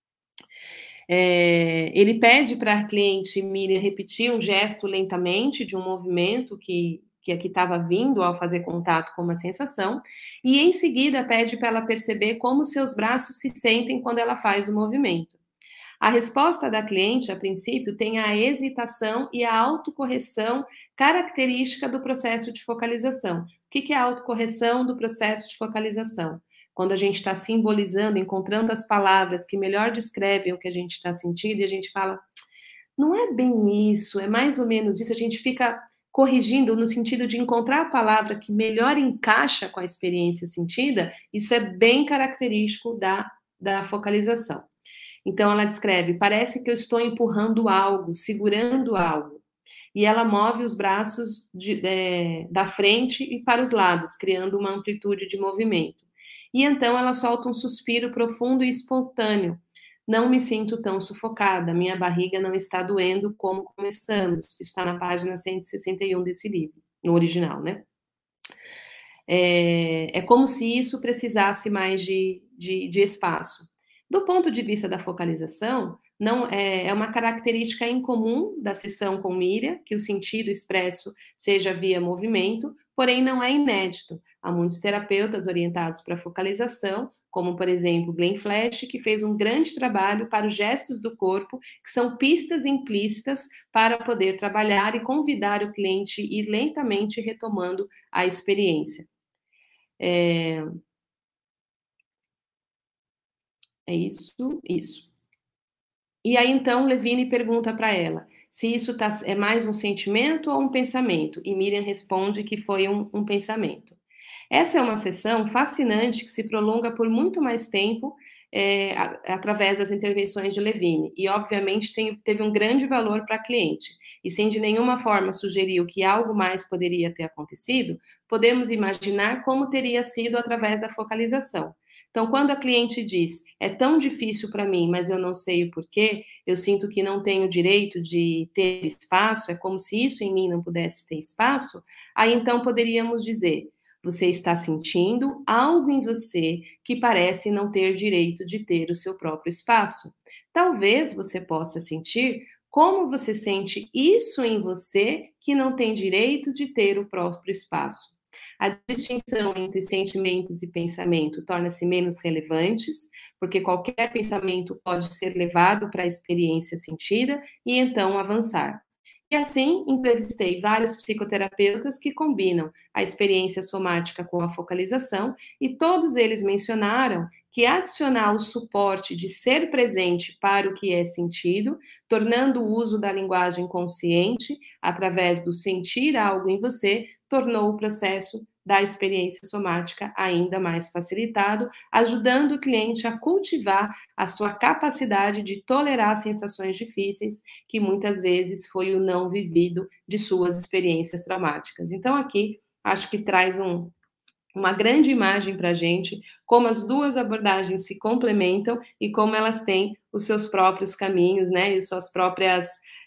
Ele pede para a cliente Miriam repetir um gesto lentamente de um movimento que estava vindo ao fazer contato com uma sensação, e em seguida pede para ela perceber como seus braços se sentem quando ela faz o movimento. A resposta da cliente, a princípio, tem a hesitação e a autocorreção característica do processo de focalização. O que é a autocorreção do processo de focalização? Quando a gente está simbolizando, encontrando as palavras que melhor descrevem o que a gente está sentindo, e a gente fala, não é bem isso, é mais ou menos isso, a gente fica corrigindo no sentido de encontrar a palavra que melhor encaixa com a experiência sentida, isso é bem característico da focalização. Então, ela descreve, parece que eu estou empurrando algo, segurando algo. E ela move os braços da frente e para os lados, criando uma amplitude de movimento. E então ela solta um suspiro profundo e espontâneo. Não me sinto tão sufocada, minha barriga não está doendo como começamos. Está na página 161 desse livro, no original, né? É como se isso precisasse mais de espaço. Do ponto de vista da focalização, não é uma característica incomum da sessão com Miriam, que o sentido expresso seja via movimento, porém não é inédito. Há muitos terapeutas orientados para a focalização, como, por exemplo, Glenn Flash, que fez um grande trabalho para os gestos do corpo, que são pistas implícitas para poder trabalhar e convidar o cliente a ir lentamente retomando a experiência. É isso. E aí, então, Levine pergunta para ela se isso é mais um sentimento ou um pensamento. E Miriam responde que foi um pensamento. Essa é uma sessão fascinante que se prolonga por muito mais tempo através das intervenções de Levine. E, obviamente, teve um grande valor para a cliente. E sem de nenhuma forma sugerir que algo mais poderia ter acontecido, podemos imaginar como teria sido através da focalização. Então, quando a cliente diz, é tão difícil para mim, mas eu não sei o porquê, eu sinto que não tenho direito de ter espaço, é como se isso em mim não pudesse ter espaço, aí então poderíamos dizer, você está sentindo algo em você que parece não ter direito de ter o seu próprio espaço. Talvez você possa sentir como você sente isso em você que não tem direito de ter o próprio espaço. A distinção entre sentimentos e pensamento torna-se menos relevantes, porque qualquer pensamento pode ser levado para a experiência sentida e então avançar. E assim, entrevistei vários psicoterapeutas que combinam a experiência somática com a focalização, e todos eles mencionaram que adicionar o suporte de ser presente para o que é sentido, tornando o uso da linguagem consciente, através do sentir algo em você, tornou o processo da experiência somática ainda mais facilitado, ajudando o cliente a cultivar a sua capacidade de tolerar sensações difíceis, que muitas vezes foi o não vivido de suas experiências traumáticas. Então, aqui, acho que traz uma grande imagem para a gente, como as duas abordagens se complementam e como elas têm os seus próprios caminhos, né, e suas próprias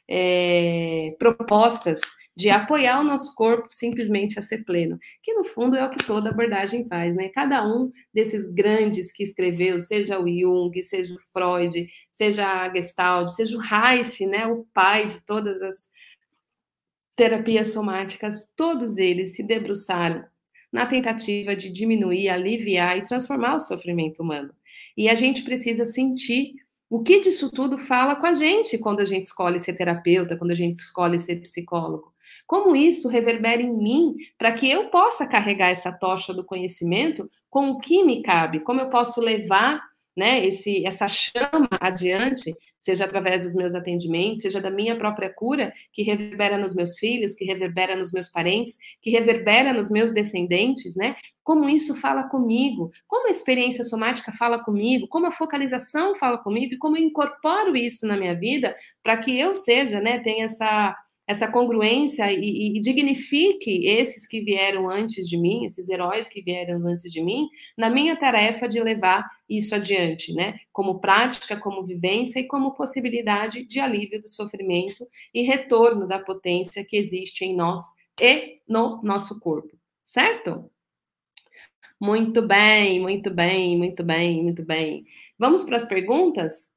propostas de apoiar o nosso corpo simplesmente a ser pleno, que no fundo é o que toda abordagem faz, né? Cada um desses grandes que escreveu, seja o Jung, seja o Freud, seja a Gestalt, seja o Reich, né, o pai de todas as terapias somáticas, todos eles se debruçaram na tentativa de diminuir, aliviar e transformar o sofrimento humano. E a gente precisa sentir o que disso tudo fala com a gente quando a gente escolhe ser terapeuta, quando a gente escolhe ser psicólogo. Como isso reverbera em mim para que eu possa carregar essa tocha do conhecimento com o que me cabe, como eu posso levar, né, essa chama adiante, seja através dos meus atendimentos, seja da minha própria cura, que reverbera nos meus filhos, que reverbera nos meus parentes, que reverbera nos meus descendentes, né? Como isso fala comigo, como a experiência somática fala comigo, como a focalização fala comigo e como eu incorporo isso na minha vida para que eu seja, né, tenha essa congruência e dignifique esses que vieram antes de mim, esses heróis que vieram antes de mim, na minha tarefa de levar isso adiante, né? Como prática, como vivência e como possibilidade de alívio do sofrimento e retorno da potência que existe em nós e no nosso corpo, certo? Muito bem, muito bem, muito bem, muito bem. Vamos para as perguntas?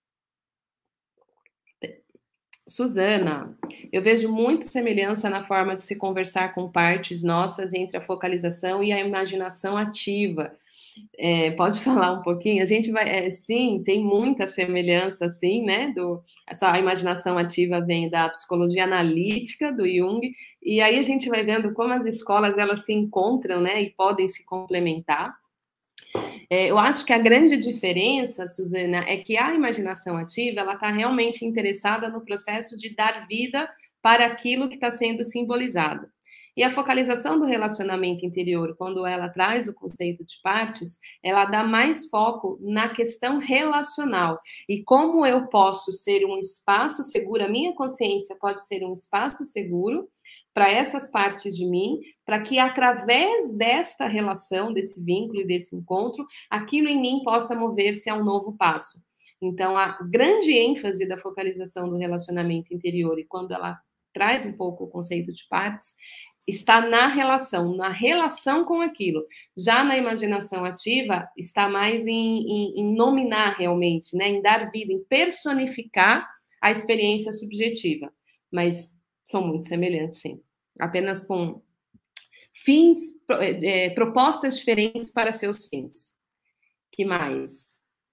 Suzana, eu vejo muita semelhança na forma de se conversar com partes nossas entre a focalização e a imaginação ativa. Pode falar um pouquinho? A gente vai, sim, tem muita semelhança, assim, né? Só a imaginação ativa vem da psicologia analítica do Jung, e aí a gente vai vendo como as escolas elas se encontram, né? E podem se complementar. Eu acho que a grande diferença, Suzana, é que a imaginação ativa ela está realmente interessada no processo de dar vida para aquilo que está sendo simbolizado. E a focalização do relacionamento interior, quando ela traz o conceito de partes, ela dá mais foco na questão relacional. E como eu posso ser um espaço seguro, a minha consciência pode ser um espaço seguro para essas partes de mim, para que através desta relação, desse vínculo e desse encontro, aquilo em mim possa mover-se a um novo passo. Então, a grande ênfase da focalização do relacionamento interior, e quando ela traz um pouco o conceito de partes, está na relação com aquilo. Já na imaginação ativa, está mais em nominar realmente, né? Em dar vida, em personificar a experiência subjetiva. Mas são muito semelhantes, sim. Apenas com fins, propostas diferentes para seus fins. Que mais?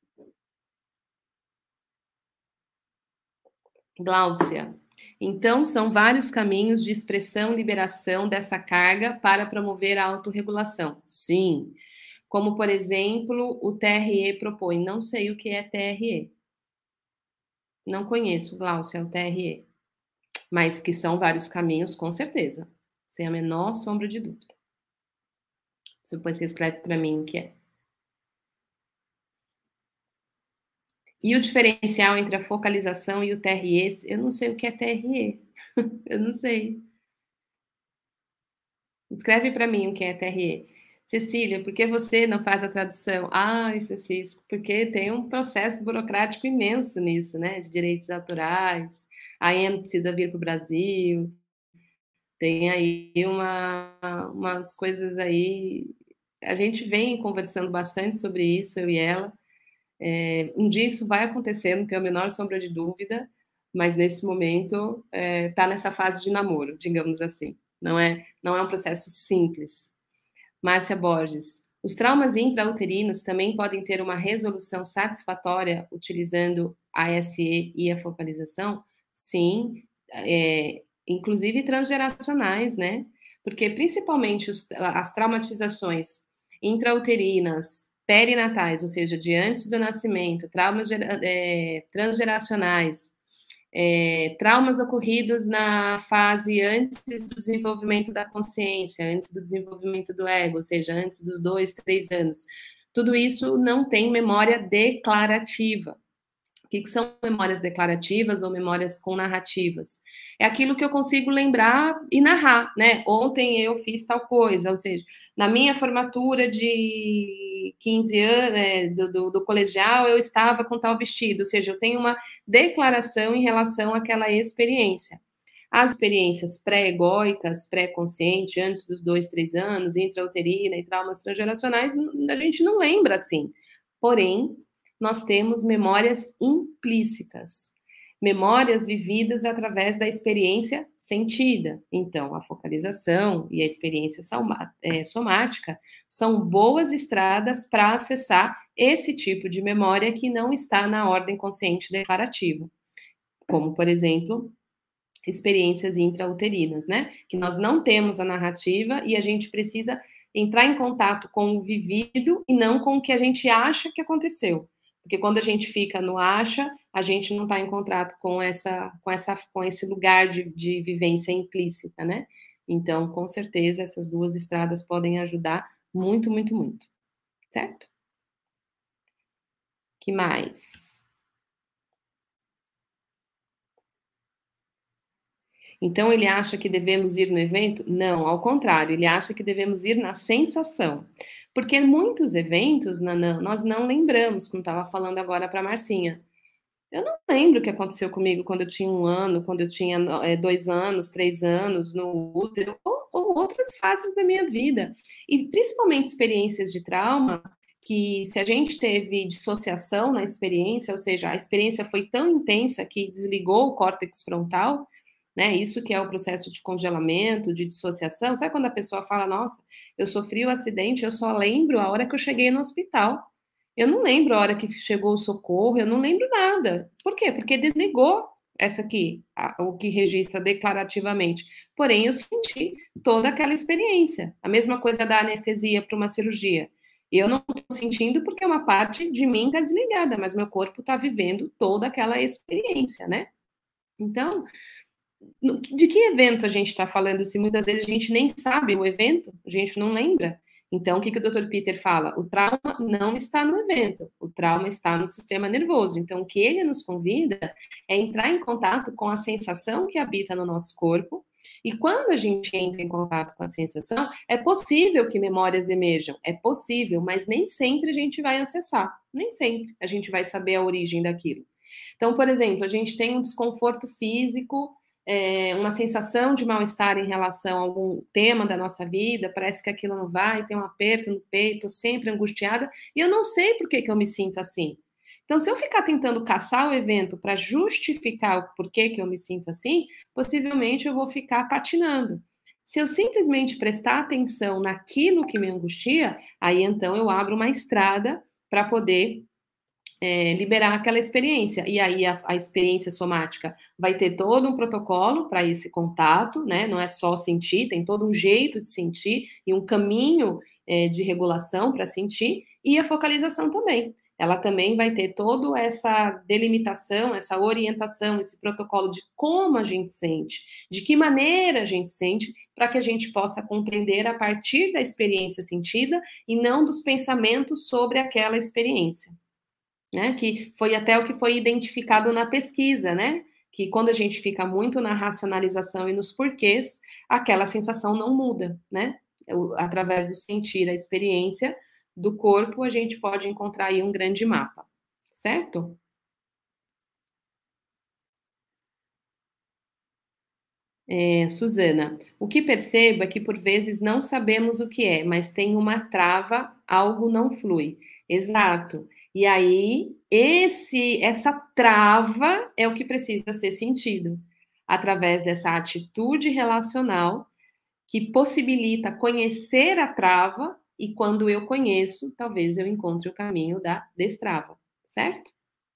Gláucia. Então, são vários caminhos de expressão e liberação dessa carga para promover a autorregulação. Sim. Como, por exemplo, o TRE propõe. Não sei o que é TRE. Não conheço, Gláucia, o TRE. Mas que são vários caminhos, com certeza. Sem a menor sombra de dúvida. Depois você escreve para mim o que é. E o diferencial entre a focalização e o TRE, eu não sei o que é TRE. Eu não sei. Escreve para mim o que é TRE. Cecília, por que você não faz a tradução? Ai, Francisco, porque tem um processo burocrático imenso nisso, né? De direitos autorais. A EN precisa vir para o Brasil. Tem aí umas coisas aí. A gente vem conversando bastante sobre isso, eu e ela. Um dia isso vai acontecer, não tenho a menor sombra de dúvida, mas nesse momento está nessa fase de namoro, digamos assim. Não é um processo simples. Márcia Borges. Os traumas intrauterinos também podem ter uma resolução satisfatória utilizando a ASE e a focalização? Sim, inclusive transgeracionais, né? Porque principalmente as traumatizações intrauterinas, perinatais, ou seja, de antes do nascimento, traumas transgeracionais, traumas ocorridos na fase antes do desenvolvimento da consciência, antes do desenvolvimento do ego, ou seja, antes dos 2, 3 anos. Tudo isso não tem memória declarativa. O que são memórias declarativas ou memórias com narrativas? É aquilo que eu consigo lembrar e narrar, né? Ontem eu fiz tal coisa, ou seja, na minha formatura de 15 anos, do colegial, eu estava com tal vestido, ou seja, eu tenho uma declaração em relação àquela experiência. As experiências pré-egóicas, pré-consciente, antes dos 2, 3 anos, intrauterina e traumas transgeracionais, a gente não lembra assim. Porém, nós temos memórias implícitas, memórias vividas através da experiência sentida. Então, a focalização e a experiência somática são boas estradas para acessar esse tipo de memória que não está na ordem consciente declarativa, como, por exemplo, experiências intrauterinas, né? Que nós não temos a narrativa e a gente precisa entrar em contato com o vivido e não com o que a gente acha que aconteceu. Porque quando a gente fica no acha, a gente não está em contato com esse lugar de vivência implícita, né? Então, com certeza, essas duas estradas podem ajudar muito, muito, muito. Certo? Que mais? Então, ele acha que devemos ir no evento? Não, ao contrário, ele acha que devemos ir na sensação. Porque muitos eventos, Nanã, nós não lembramos, como estava falando agora para a Marcinha. Eu não lembro o que aconteceu comigo quando eu tinha 1 ano, quando eu tinha 2 anos, 3 anos no útero, ou outras fases da minha vida. E principalmente experiências de trauma, que se a gente teve dissociação na experiência, ou seja, a experiência foi tão intensa que desligou o córtex frontal, né? Isso que é o processo de congelamento, de dissociação. Sabe quando a pessoa fala, nossa, eu sofri o um acidente, eu só lembro a hora que eu cheguei no hospital. Eu não lembro a hora que chegou o socorro, eu não lembro nada. Por quê? Porque desligou essa aqui, o que registra declarativamente. Porém, eu senti toda aquela experiência. A mesma coisa da anestesia para uma cirurgia. Eu não estou sentindo porque uma parte de mim está desligada, mas meu corpo está vivendo toda aquela experiência, né? Então, de que evento a gente está falando se muitas vezes a gente nem sabe o evento, a gente não lembra? Então, o que o Dr. Peter fala? O trauma não está no evento, o trauma está no sistema nervoso. Então, o que ele nos convida é entrar em contato com a sensação que habita no nosso corpo. E quando a gente entra em contato com a sensação, é possível que memórias emerjam, é possível, mas nem sempre a gente vai acessar, nem sempre a gente vai saber a origem daquilo. Então, por exemplo, a gente tem um desconforto físico, uma sensação de mal-estar em relação a algum tema da nossa vida, parece que aquilo não vai, tem um aperto no peito, sempre angustiada, e eu não sei por que eu me sinto assim. Então, se eu ficar tentando caçar o evento para justificar o porquê que eu me sinto assim, possivelmente eu vou ficar patinando. Se eu simplesmente prestar atenção naquilo que me angustia, aí então eu abro uma estrada para poder liberar aquela experiência. E aí a experiência somática vai ter todo um protocolo para esse contato, né? Não é só sentir, tem todo um jeito de sentir e um caminho de regulação para sentir, e a focalização também. Ela também vai ter toda essa delimitação, essa orientação, esse protocolo de como a gente sente, de que maneira a gente sente, para que a gente possa compreender a partir da experiência sentida e não dos pensamentos sobre aquela experiência. Né? Que foi até o que foi identificado na pesquisa, né? Que quando a gente fica muito na racionalização e nos porquês, aquela sensação não muda, né? Através do sentir, a experiência do corpo, a gente pode encontrar aí um grande mapa, certo? Suzana, o que percebo é que por vezes não sabemos o que é, mas tem uma trava, algo não flui. Exato. E aí, essa trava é o que precisa ser sentido através dessa atitude relacional que possibilita conhecer a trava, e quando eu conheço, talvez eu encontre o caminho da destrava, certo?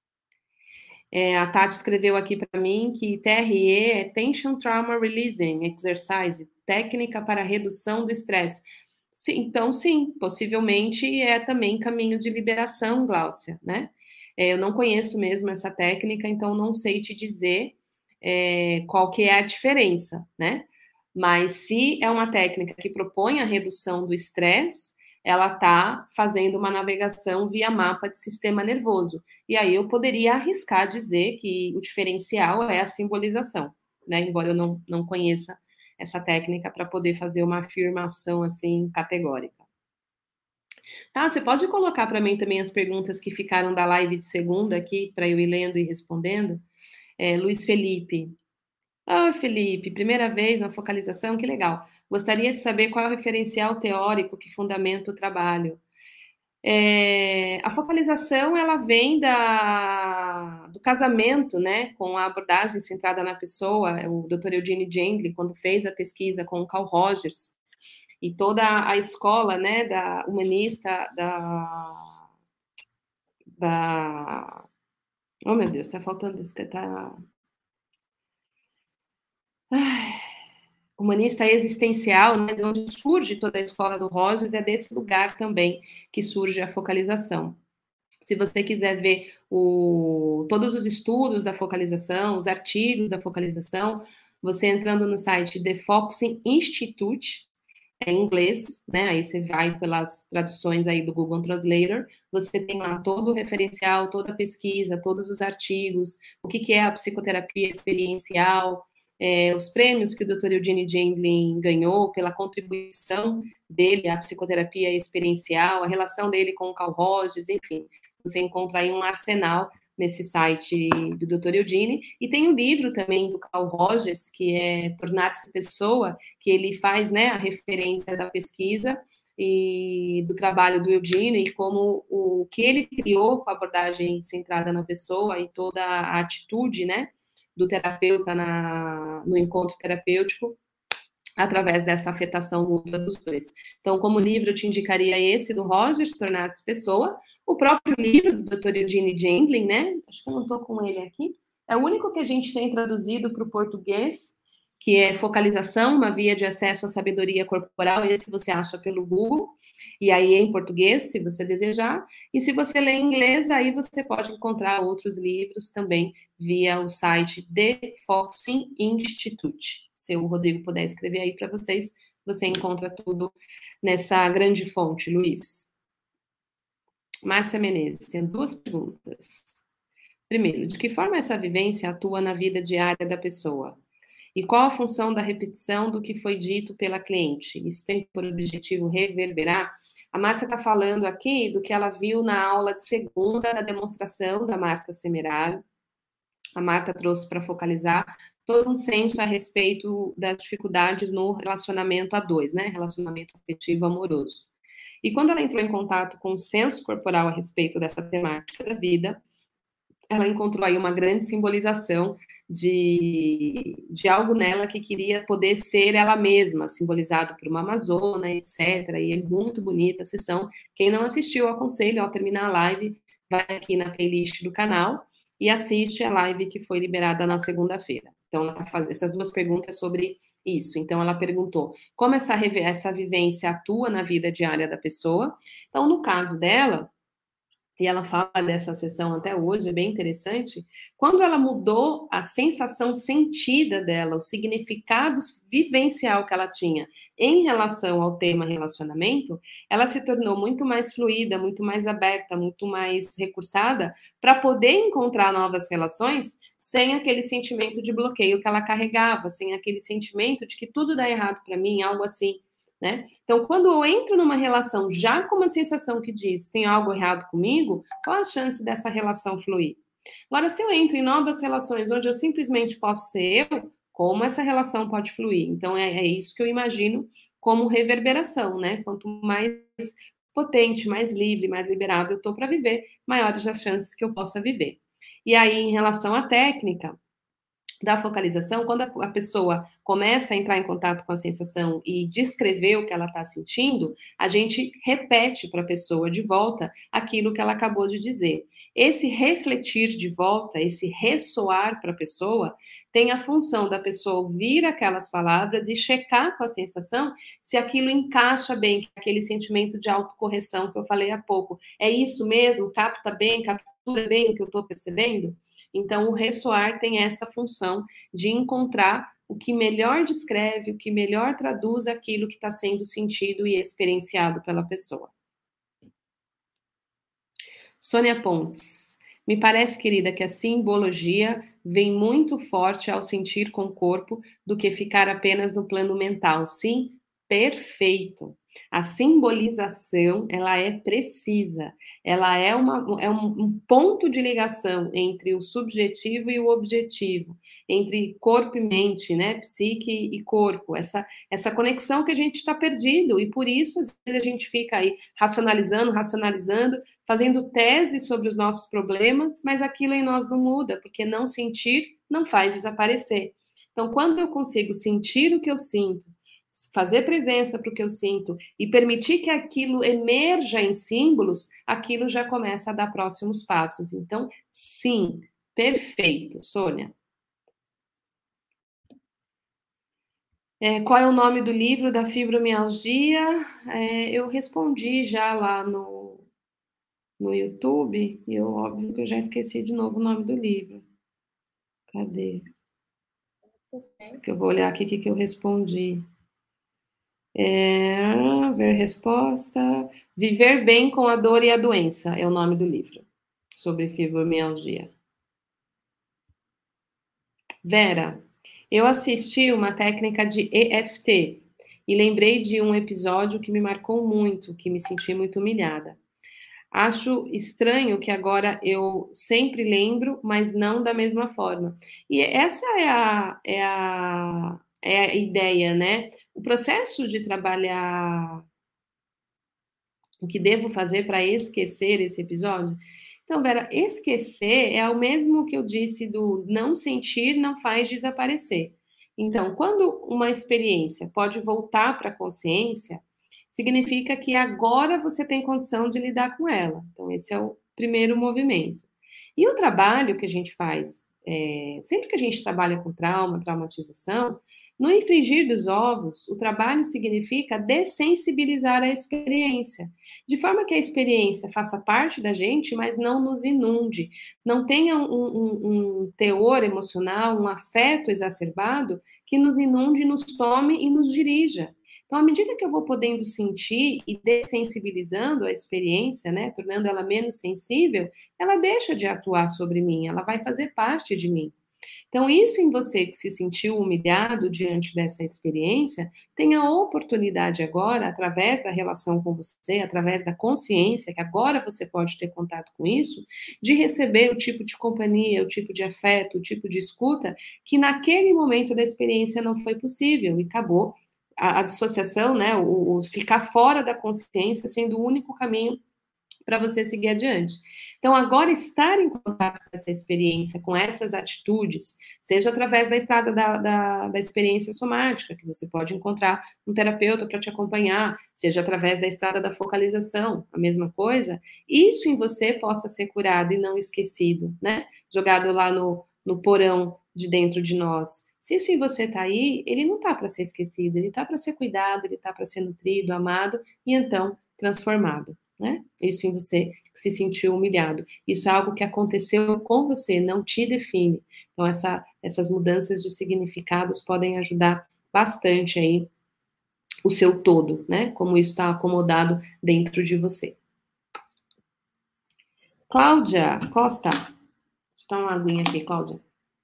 A Tati escreveu aqui para mim que TRE é Tension Trauma Releasing Exercise, técnica para redução do estresse. Então, sim, possivelmente é também caminho de liberação, Gláucia, né? Eu não conheço mesmo essa técnica, então não sei te dizer qual que é a diferença, né? Mas se é uma técnica que propõe a redução do estresse, ela está fazendo uma navegação via mapa de sistema nervoso. E aí eu poderia arriscar dizer que o diferencial é a simbolização, né? Embora eu não conheça essa técnica para poder fazer uma afirmação assim categórica. Tá, você pode colocar para mim também as perguntas que ficaram da live de segunda aqui, para eu ir lendo e respondendo? Luiz Felipe. Oi, Felipe, primeira vez na focalização, que legal. Gostaria de saber qual é o referencial teórico que fundamenta o trabalho. A focalização ela vem do casamento, né, com a abordagem centrada na pessoa. O Dr. Eugene Jengling, quando fez a pesquisa com o Carl Rogers e toda a escola, né, da humanista da oh meu Deus, está faltando isso que tá humanista existencial, né, de onde surge toda a escola do Rogers, é desse lugar também que surge a focalização. Se você quiser ver todos os estudos da focalização, os artigos da focalização, você entrando no site The Foxing Institute, em inglês, né? Aí você vai pelas traduções aí do Google Translator, você tem lá todo o referencial, toda a pesquisa, todos os artigos, o que é a psicoterapia experiencial, os prêmios que o Dr. Eugene Jengling ganhou pela contribuição dele à psicoterapia experiencial, a relação dele com o Carl Rogers, enfim, você encontra aí um arsenal nesse site do Dr. Eugene, e tem um livro também do Carl Rogers, que é Tornar-se Pessoa, que ele faz, né, a referência da pesquisa e do trabalho do Eugene, e como o que ele criou com a abordagem centrada na pessoa e toda a atitude, né, do terapeuta no encontro terapêutico, através dessa afetação mútua dos dois. Então, como livro, eu te indicaria esse do Rogers, Tornar-se Pessoa, o próprio livro do Dr. Eugene Jengling, né? Acho que eu não estou com ele aqui. É o único que a gente tem traduzido para o português, que é Focalização, uma via de acesso à sabedoria corporal. Esse você acha pelo Google. E aí é em português, se você desejar. E se você ler em inglês, aí você pode encontrar outros livros também via o site The Foxing Institute. Se o Rodrigo puder escrever aí para vocês, você encontra tudo nessa grande fonte, Luiz. Márcia Menezes, tem duas perguntas. Primeiro, de que forma essa vivência atua na vida diária da pessoa? E qual a função da repetição do que foi dito pela cliente? Isso tem por objetivo reverberar? A Márcia está falando aqui do que ela viu na aula de segunda da demonstração da Marta Semeraro. A Marta trouxe para focalizar todo um senso a respeito das dificuldades no relacionamento a dois, né? Relacionamento afetivo amoroso. E quando ela entrou em contato com o senso corporal a respeito dessa temática da vida, ela encontrou aí uma grande simbolização de algo nela que queria poder ser ela mesma, simbolizado por uma amazona, etc. E é muito bonita a sessão. Quem não assistiu, aconselho, ao terminar a live, vai aqui na playlist do canal e assiste a live que foi liberada na segunda-feira. Então, ela está fazendo essas duas perguntas sobre isso. Então, ela perguntou como essa vivência atua na vida diária da pessoa. Então, no caso dela, e ela fala dessa sessão até hoje, é bem interessante, quando ela mudou a sensação sentida dela, o significado vivencial que ela tinha em relação ao tema relacionamento, ela se tornou muito mais fluida, muito mais aberta, muito mais recursada para poder encontrar novas relações sem aquele sentimento de bloqueio que ela carregava, sem aquele sentimento de que tudo dá errado para mim, algo assim. Né? Então, quando eu entro numa relação já com uma sensação que diz tem algo errado comigo, qual a chance dessa relação fluir? Agora, se eu entro em novas relações onde eu simplesmente posso ser eu, como essa relação pode fluir? Então, é isso que eu imagino como reverberação, né? Quanto mais potente, mais livre, mais liberado eu estou para viver, maiores as chances que eu possa viver. E aí, em relação à técnica, da focalização, quando a pessoa começa a entrar em contato com a sensação e descrever o que ela está sentindo, a gente repete para a pessoa de volta aquilo que ela acabou de dizer. Esse refletir de volta, esse ressoar para a pessoa, tem a função da pessoa ouvir aquelas palavras e checar com a sensação se aquilo encaixa bem, aquele sentimento de autocorreção que eu falei há pouco. É isso mesmo? Capta bem, captura bem o que eu estou percebendo? Então, o ressoar tem essa função de encontrar o que melhor descreve, o que melhor traduz aquilo que está sendo sentido e experienciado pela pessoa. Sônia Pontes. Me parece, querida, que a simbologia vem muito forte ao sentir com o corpo do que ficar apenas no plano mental. Sim, perfeito. A simbolização, ela é precisa, ela é um ponto de ligação entre o subjetivo e o objetivo, entre corpo e mente, né? Psique e corpo, essa conexão que a gente está perdido, e por isso, às vezes, a gente fica aí racionalizando, fazendo tese sobre os nossos problemas, mas aquilo em nós não muda, porque não sentir não faz desaparecer. Então, quando eu consigo sentir o que eu sinto, fazer presença para o que eu sinto e permitir que aquilo emerja em símbolos, aquilo já começa a dar próximos passos. Então, sim, perfeito, Sônia. Qual é o nome do livro da fibromialgia? Eu respondi já lá no YouTube, e eu, óbvio que eu já esqueci de novo o nome do livro. Cadê? Que eu vou olhar aqui o que eu respondi. Ver resposta. Viver bem com a dor e a doença é o nome do livro, sobre fibromialgia. Vera, eu assisti uma técnica de EFT e lembrei de um episódio que me marcou muito, que me senti muito humilhada. Acho estranho que agora eu sempre lembro, mas não da mesma forma. E essa é a ideia, né? O processo de trabalhar o que devo fazer para esquecer esse episódio. Então, Vera, esquecer é o mesmo que eu disse do não sentir não faz desaparecer. Então, quando uma experiência pode voltar para a consciência, significa que agora você tem condição de lidar com ela. Então, esse é o primeiro movimento. E o trabalho que a gente faz, sempre que a gente trabalha com trauma, traumatização, no infringir dos ovos, o trabalho significa dessensibilizar a experiência, de forma que a experiência faça parte da gente, mas não nos inunde, não tenha um teor emocional, um afeto exacerbado que nos inunde, nos tome e nos dirija. Então, à medida que eu vou podendo sentir e dessensibilizando a experiência, né, tornando ela menos sensível, ela deixa de atuar sobre mim, ela vai fazer parte de mim. Então, isso em você que se sentiu humilhado diante dessa experiência, tem a oportunidade agora, através da relação com você, através da consciência, que agora você pode ter contato com isso, de receber o tipo de companhia, o tipo de afeto, o tipo de escuta, que naquele momento da experiência não foi possível e acabou a dissociação, né, o ficar fora da consciência sendo o único caminho para você seguir adiante. Então, agora estar em contato com essa experiência, com essas atitudes, seja através da estrada da experiência somática, que você pode encontrar um terapeuta para te acompanhar, seja através da estrada da focalização, a mesma coisa, isso em você possa ser curado e não esquecido, né? Jogado lá no porão de dentro de nós. Se isso em você está aí, ele não está para ser esquecido, ele está para ser cuidado, ele está para ser nutrido, amado e então transformado. Né? Isso em você que se sentiu humilhado. Isso é algo que aconteceu com você, não te define. Então, essas mudanças de significados podem ajudar bastante aí o seu todo, né? Como isso está acomodado dentro de você. Cláudia Costa. Deixa eu tomar uma aguinha aqui, Cláudia.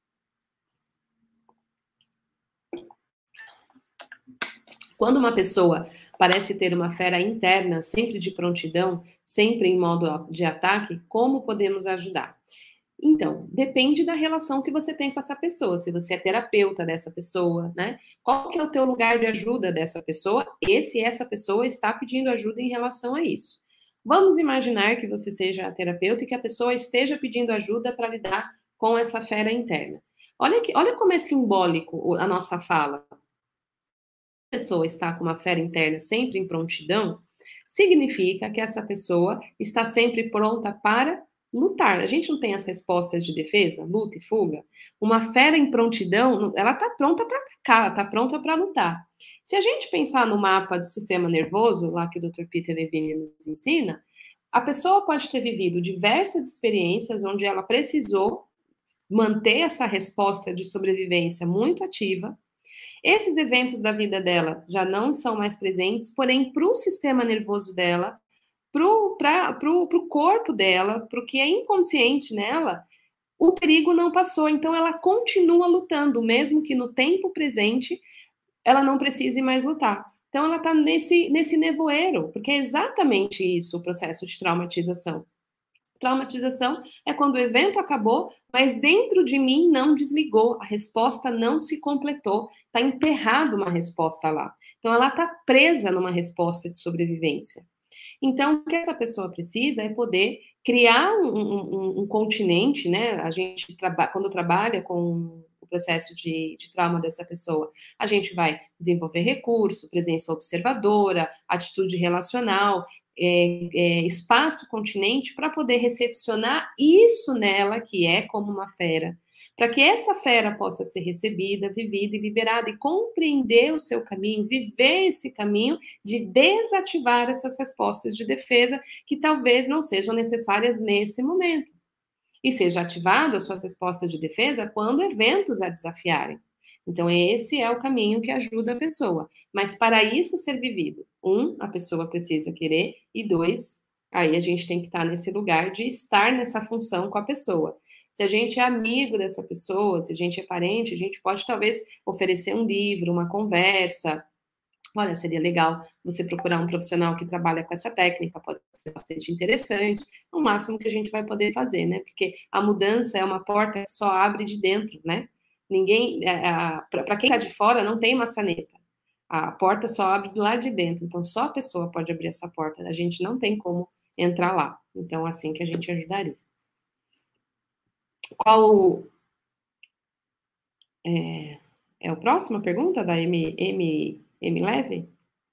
Quando uma pessoa parece ter uma fera interna, sempre de prontidão, sempre em modo de ataque, como podemos ajudar? Então, depende da relação que você tem com essa pessoa, se você é terapeuta dessa pessoa, né? Qual que é o teu lugar de ajuda dessa pessoa e se essa pessoa está pedindo ajuda em relação a isso. Vamos imaginar que você seja a terapeuta e que a pessoa esteja pedindo ajuda para lidar com essa fera interna. Olha como é simbólico a nossa fala. A pessoa está com uma fera interna sempre em prontidão, significa que essa pessoa está sempre pronta para lutar. A gente não tem as respostas de defesa, luta e fuga. Uma fera em prontidão, ela está pronta para atacar, está pronta para lutar. Se a gente pensar no mapa do sistema nervoso, lá que o Dr. Peter Levine nos ensina, a pessoa pode ter vivido diversas experiências onde ela precisou manter essa resposta de sobrevivência muito ativa. Esses eventos da vida dela já não são mais presentes, porém, para o sistema nervoso dela, para o corpo dela, para o que é inconsciente nela, o perigo não passou. Então, ela continua lutando, mesmo que no tempo presente ela não precise mais lutar. Então, ela está nesse nevoeiro, porque é exatamente isso o processo de traumatização. Traumatização é quando o evento acabou, mas dentro de mim não desligou, a resposta não se completou, está enterrada uma resposta lá. Então, ela está presa numa resposta de sobrevivência. Então, o que essa pessoa precisa é poder criar um continente, né? A gente, quando trabalha com o processo de trauma dessa pessoa, a gente vai desenvolver recurso, presença observadora, atitude relacional, espaço continente para poder recepcionar isso nela, que é como uma fera, para que essa fera possa ser recebida, vivida e liberada e compreender o seu caminho, viver esse caminho de desativar essas respostas de defesa que talvez não sejam necessárias nesse momento. E seja ativado as suas respostas de defesa quando eventos a desafiarem. Então, esse é o caminho que ajuda a pessoa. Mas para isso ser vivido, a pessoa precisa querer, e dois, aí a gente tem que estar nesse lugar de estar nessa função com a pessoa. Se a gente é amigo dessa pessoa, se a gente é parente, a gente pode talvez oferecer um livro, uma conversa. Olha, seria legal você procurar um profissional que trabalha com essa técnica, pode ser bastante interessante, o máximo que a gente vai poder fazer, né? Porque a mudança é uma porta que só abre de dentro, né? Ninguém, para quem está de fora, não tem maçaneta. A porta só abre do lado de dentro, então só a pessoa pode abrir essa porta, a gente não tem como entrar lá. Então, assim que a gente ajudaria. Qual é a próxima pergunta da M. Leve?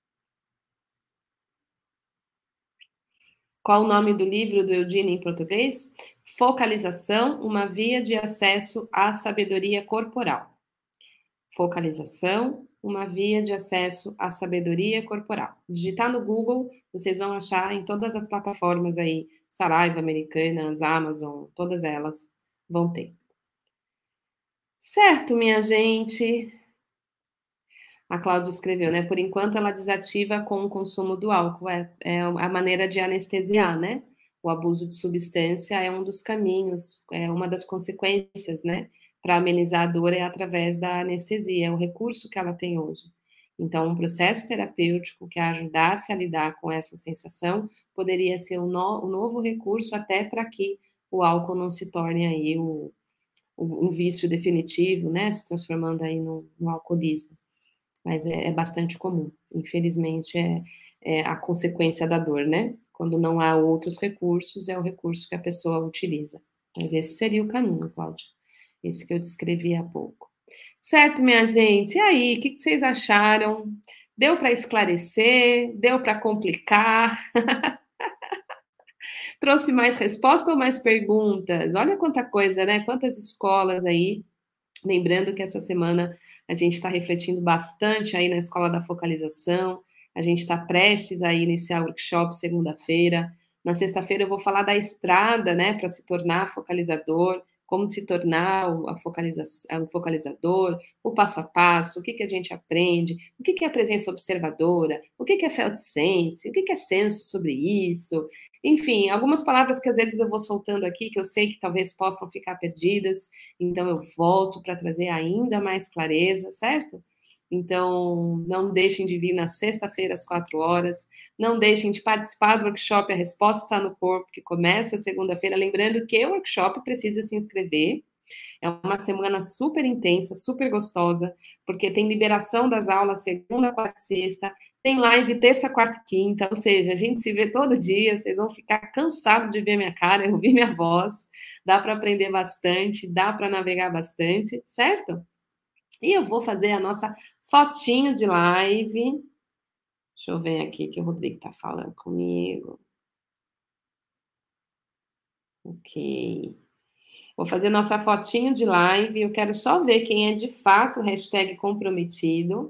Qual o nome do livro do Eugene em português? Focalização, uma via de acesso à sabedoria corporal. Focalização, uma via de acesso à sabedoria corporal. Digitar no Google, vocês vão achar em todas as plataformas aí, Saraiva, Americanas, Amazon, todas elas vão ter. Certo, minha gente. A Cláudia escreveu, né? Por enquanto ela desativa com o consumo do álcool. É a maneira de anestesiar, né? O abuso de substância é um dos caminhos, é uma das consequências, né? Para amenizar a dor é através da anestesia, é o recurso que ela tem hoje. Então, um processo terapêutico que a ajudasse a lidar com essa sensação poderia ser um novo recurso até para que o álcool não se torne aí um vício definitivo, né? Se transformando aí no alcoolismo. Mas é bastante comum. Infelizmente, é a consequência da dor, né? Quando não há outros recursos, é o recurso que a pessoa utiliza. Mas esse seria o caminho, Cláudia. Esse que eu descrevi há pouco. Certo, minha gente? E aí, o que vocês acharam? Deu para esclarecer? Deu para complicar? Trouxe mais respostas ou mais perguntas? Olha quanta coisa, né? Quantas escolas aí. Lembrando que essa semana a gente está refletindo bastante aí na Escola da Focalização, a gente está prestes a iniciar o workshop segunda-feira. Na sexta-feira eu vou falar da estrada, né, para se tornar focalizador, como se tornar o focalizador, o passo a passo, o que a gente aprende, o que é presença observadora, o que é felt sense, o que é senso sobre isso. Enfim, algumas palavras que às vezes eu vou soltando aqui, que eu sei que talvez possam ficar perdidas, então eu volto para trazer ainda mais clareza, certo? Então, não deixem de vir na sexta-feira às 4 horas, não deixem de participar do workshop A Resposta Está no Corpo, que começa segunda-feira, lembrando que o workshop precisa se inscrever, é uma semana super intensa, super gostosa, porque tem liberação das aulas segunda, quarta e sexta, Tem live terça, quarta e quinta, ou seja, a gente se vê todo dia, vocês vão ficar cansados de ver minha cara, ouvir minha voz, dá para aprender bastante, dá para navegar bastante, certo? E eu vou fazer a nossa fotinho de live. Deixa eu ver aqui que o Rodrigo está falando comigo. Ok. Vou fazer nossa fotinho de live. Eu quero só ver quem é de fato hashtag comprometido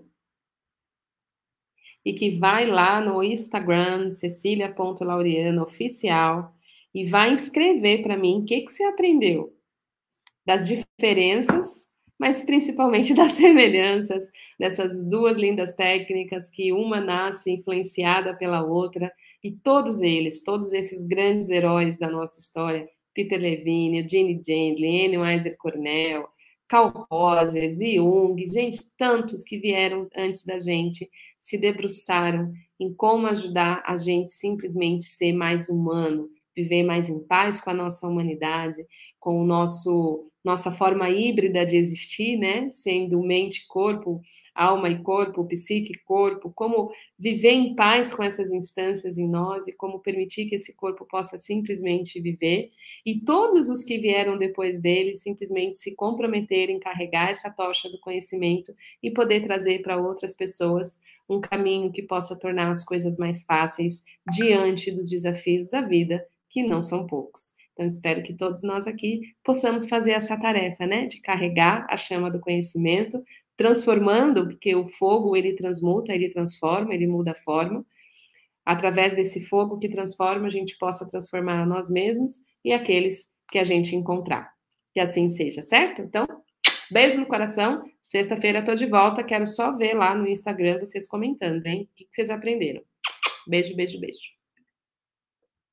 e que vai lá no Instagram, Cecilia.Laureano Oficial, e vai escrever para mim o que você aprendeu das diferenças, mas principalmente das semelhanças dessas duas lindas técnicas que uma nasce influenciada pela outra, e todos eles, todos esses grandes heróis da nossa história, Peter Levine, Eugene Gendlin, Anne Weiser Cornell, Carl Rogers, Jung, gente, tantos que vieram antes da gente, se debruçaram em como ajudar a gente simplesmente ser mais humano, viver mais em paz com a nossa humanidade, com o nossa forma híbrida de existir, né? Sendo mente, corpo, alma e corpo, psique e corpo, como viver em paz com essas instâncias em nós e como permitir que esse corpo possa simplesmente viver. E todos os que vieram depois dele simplesmente se comprometerem em carregar essa tocha do conhecimento e poder trazer para outras pessoas um caminho que possa tornar as coisas mais fáceis diante dos desafios da vida, que não são poucos. Então, espero que todos nós aqui possamos fazer essa tarefa, né, de carregar a chama do conhecimento, transformando, porque o fogo, ele transmuta, ele transforma, ele muda a forma. Através desse fogo que transforma, a gente possa transformar a nós mesmos e aqueles que a gente encontrar. Que assim seja, certo? Então, beijo no coração. Sexta-feira estou de volta. Quero só ver lá no Instagram vocês comentando, hein? O que vocês aprenderam. Beijo, beijo, beijo.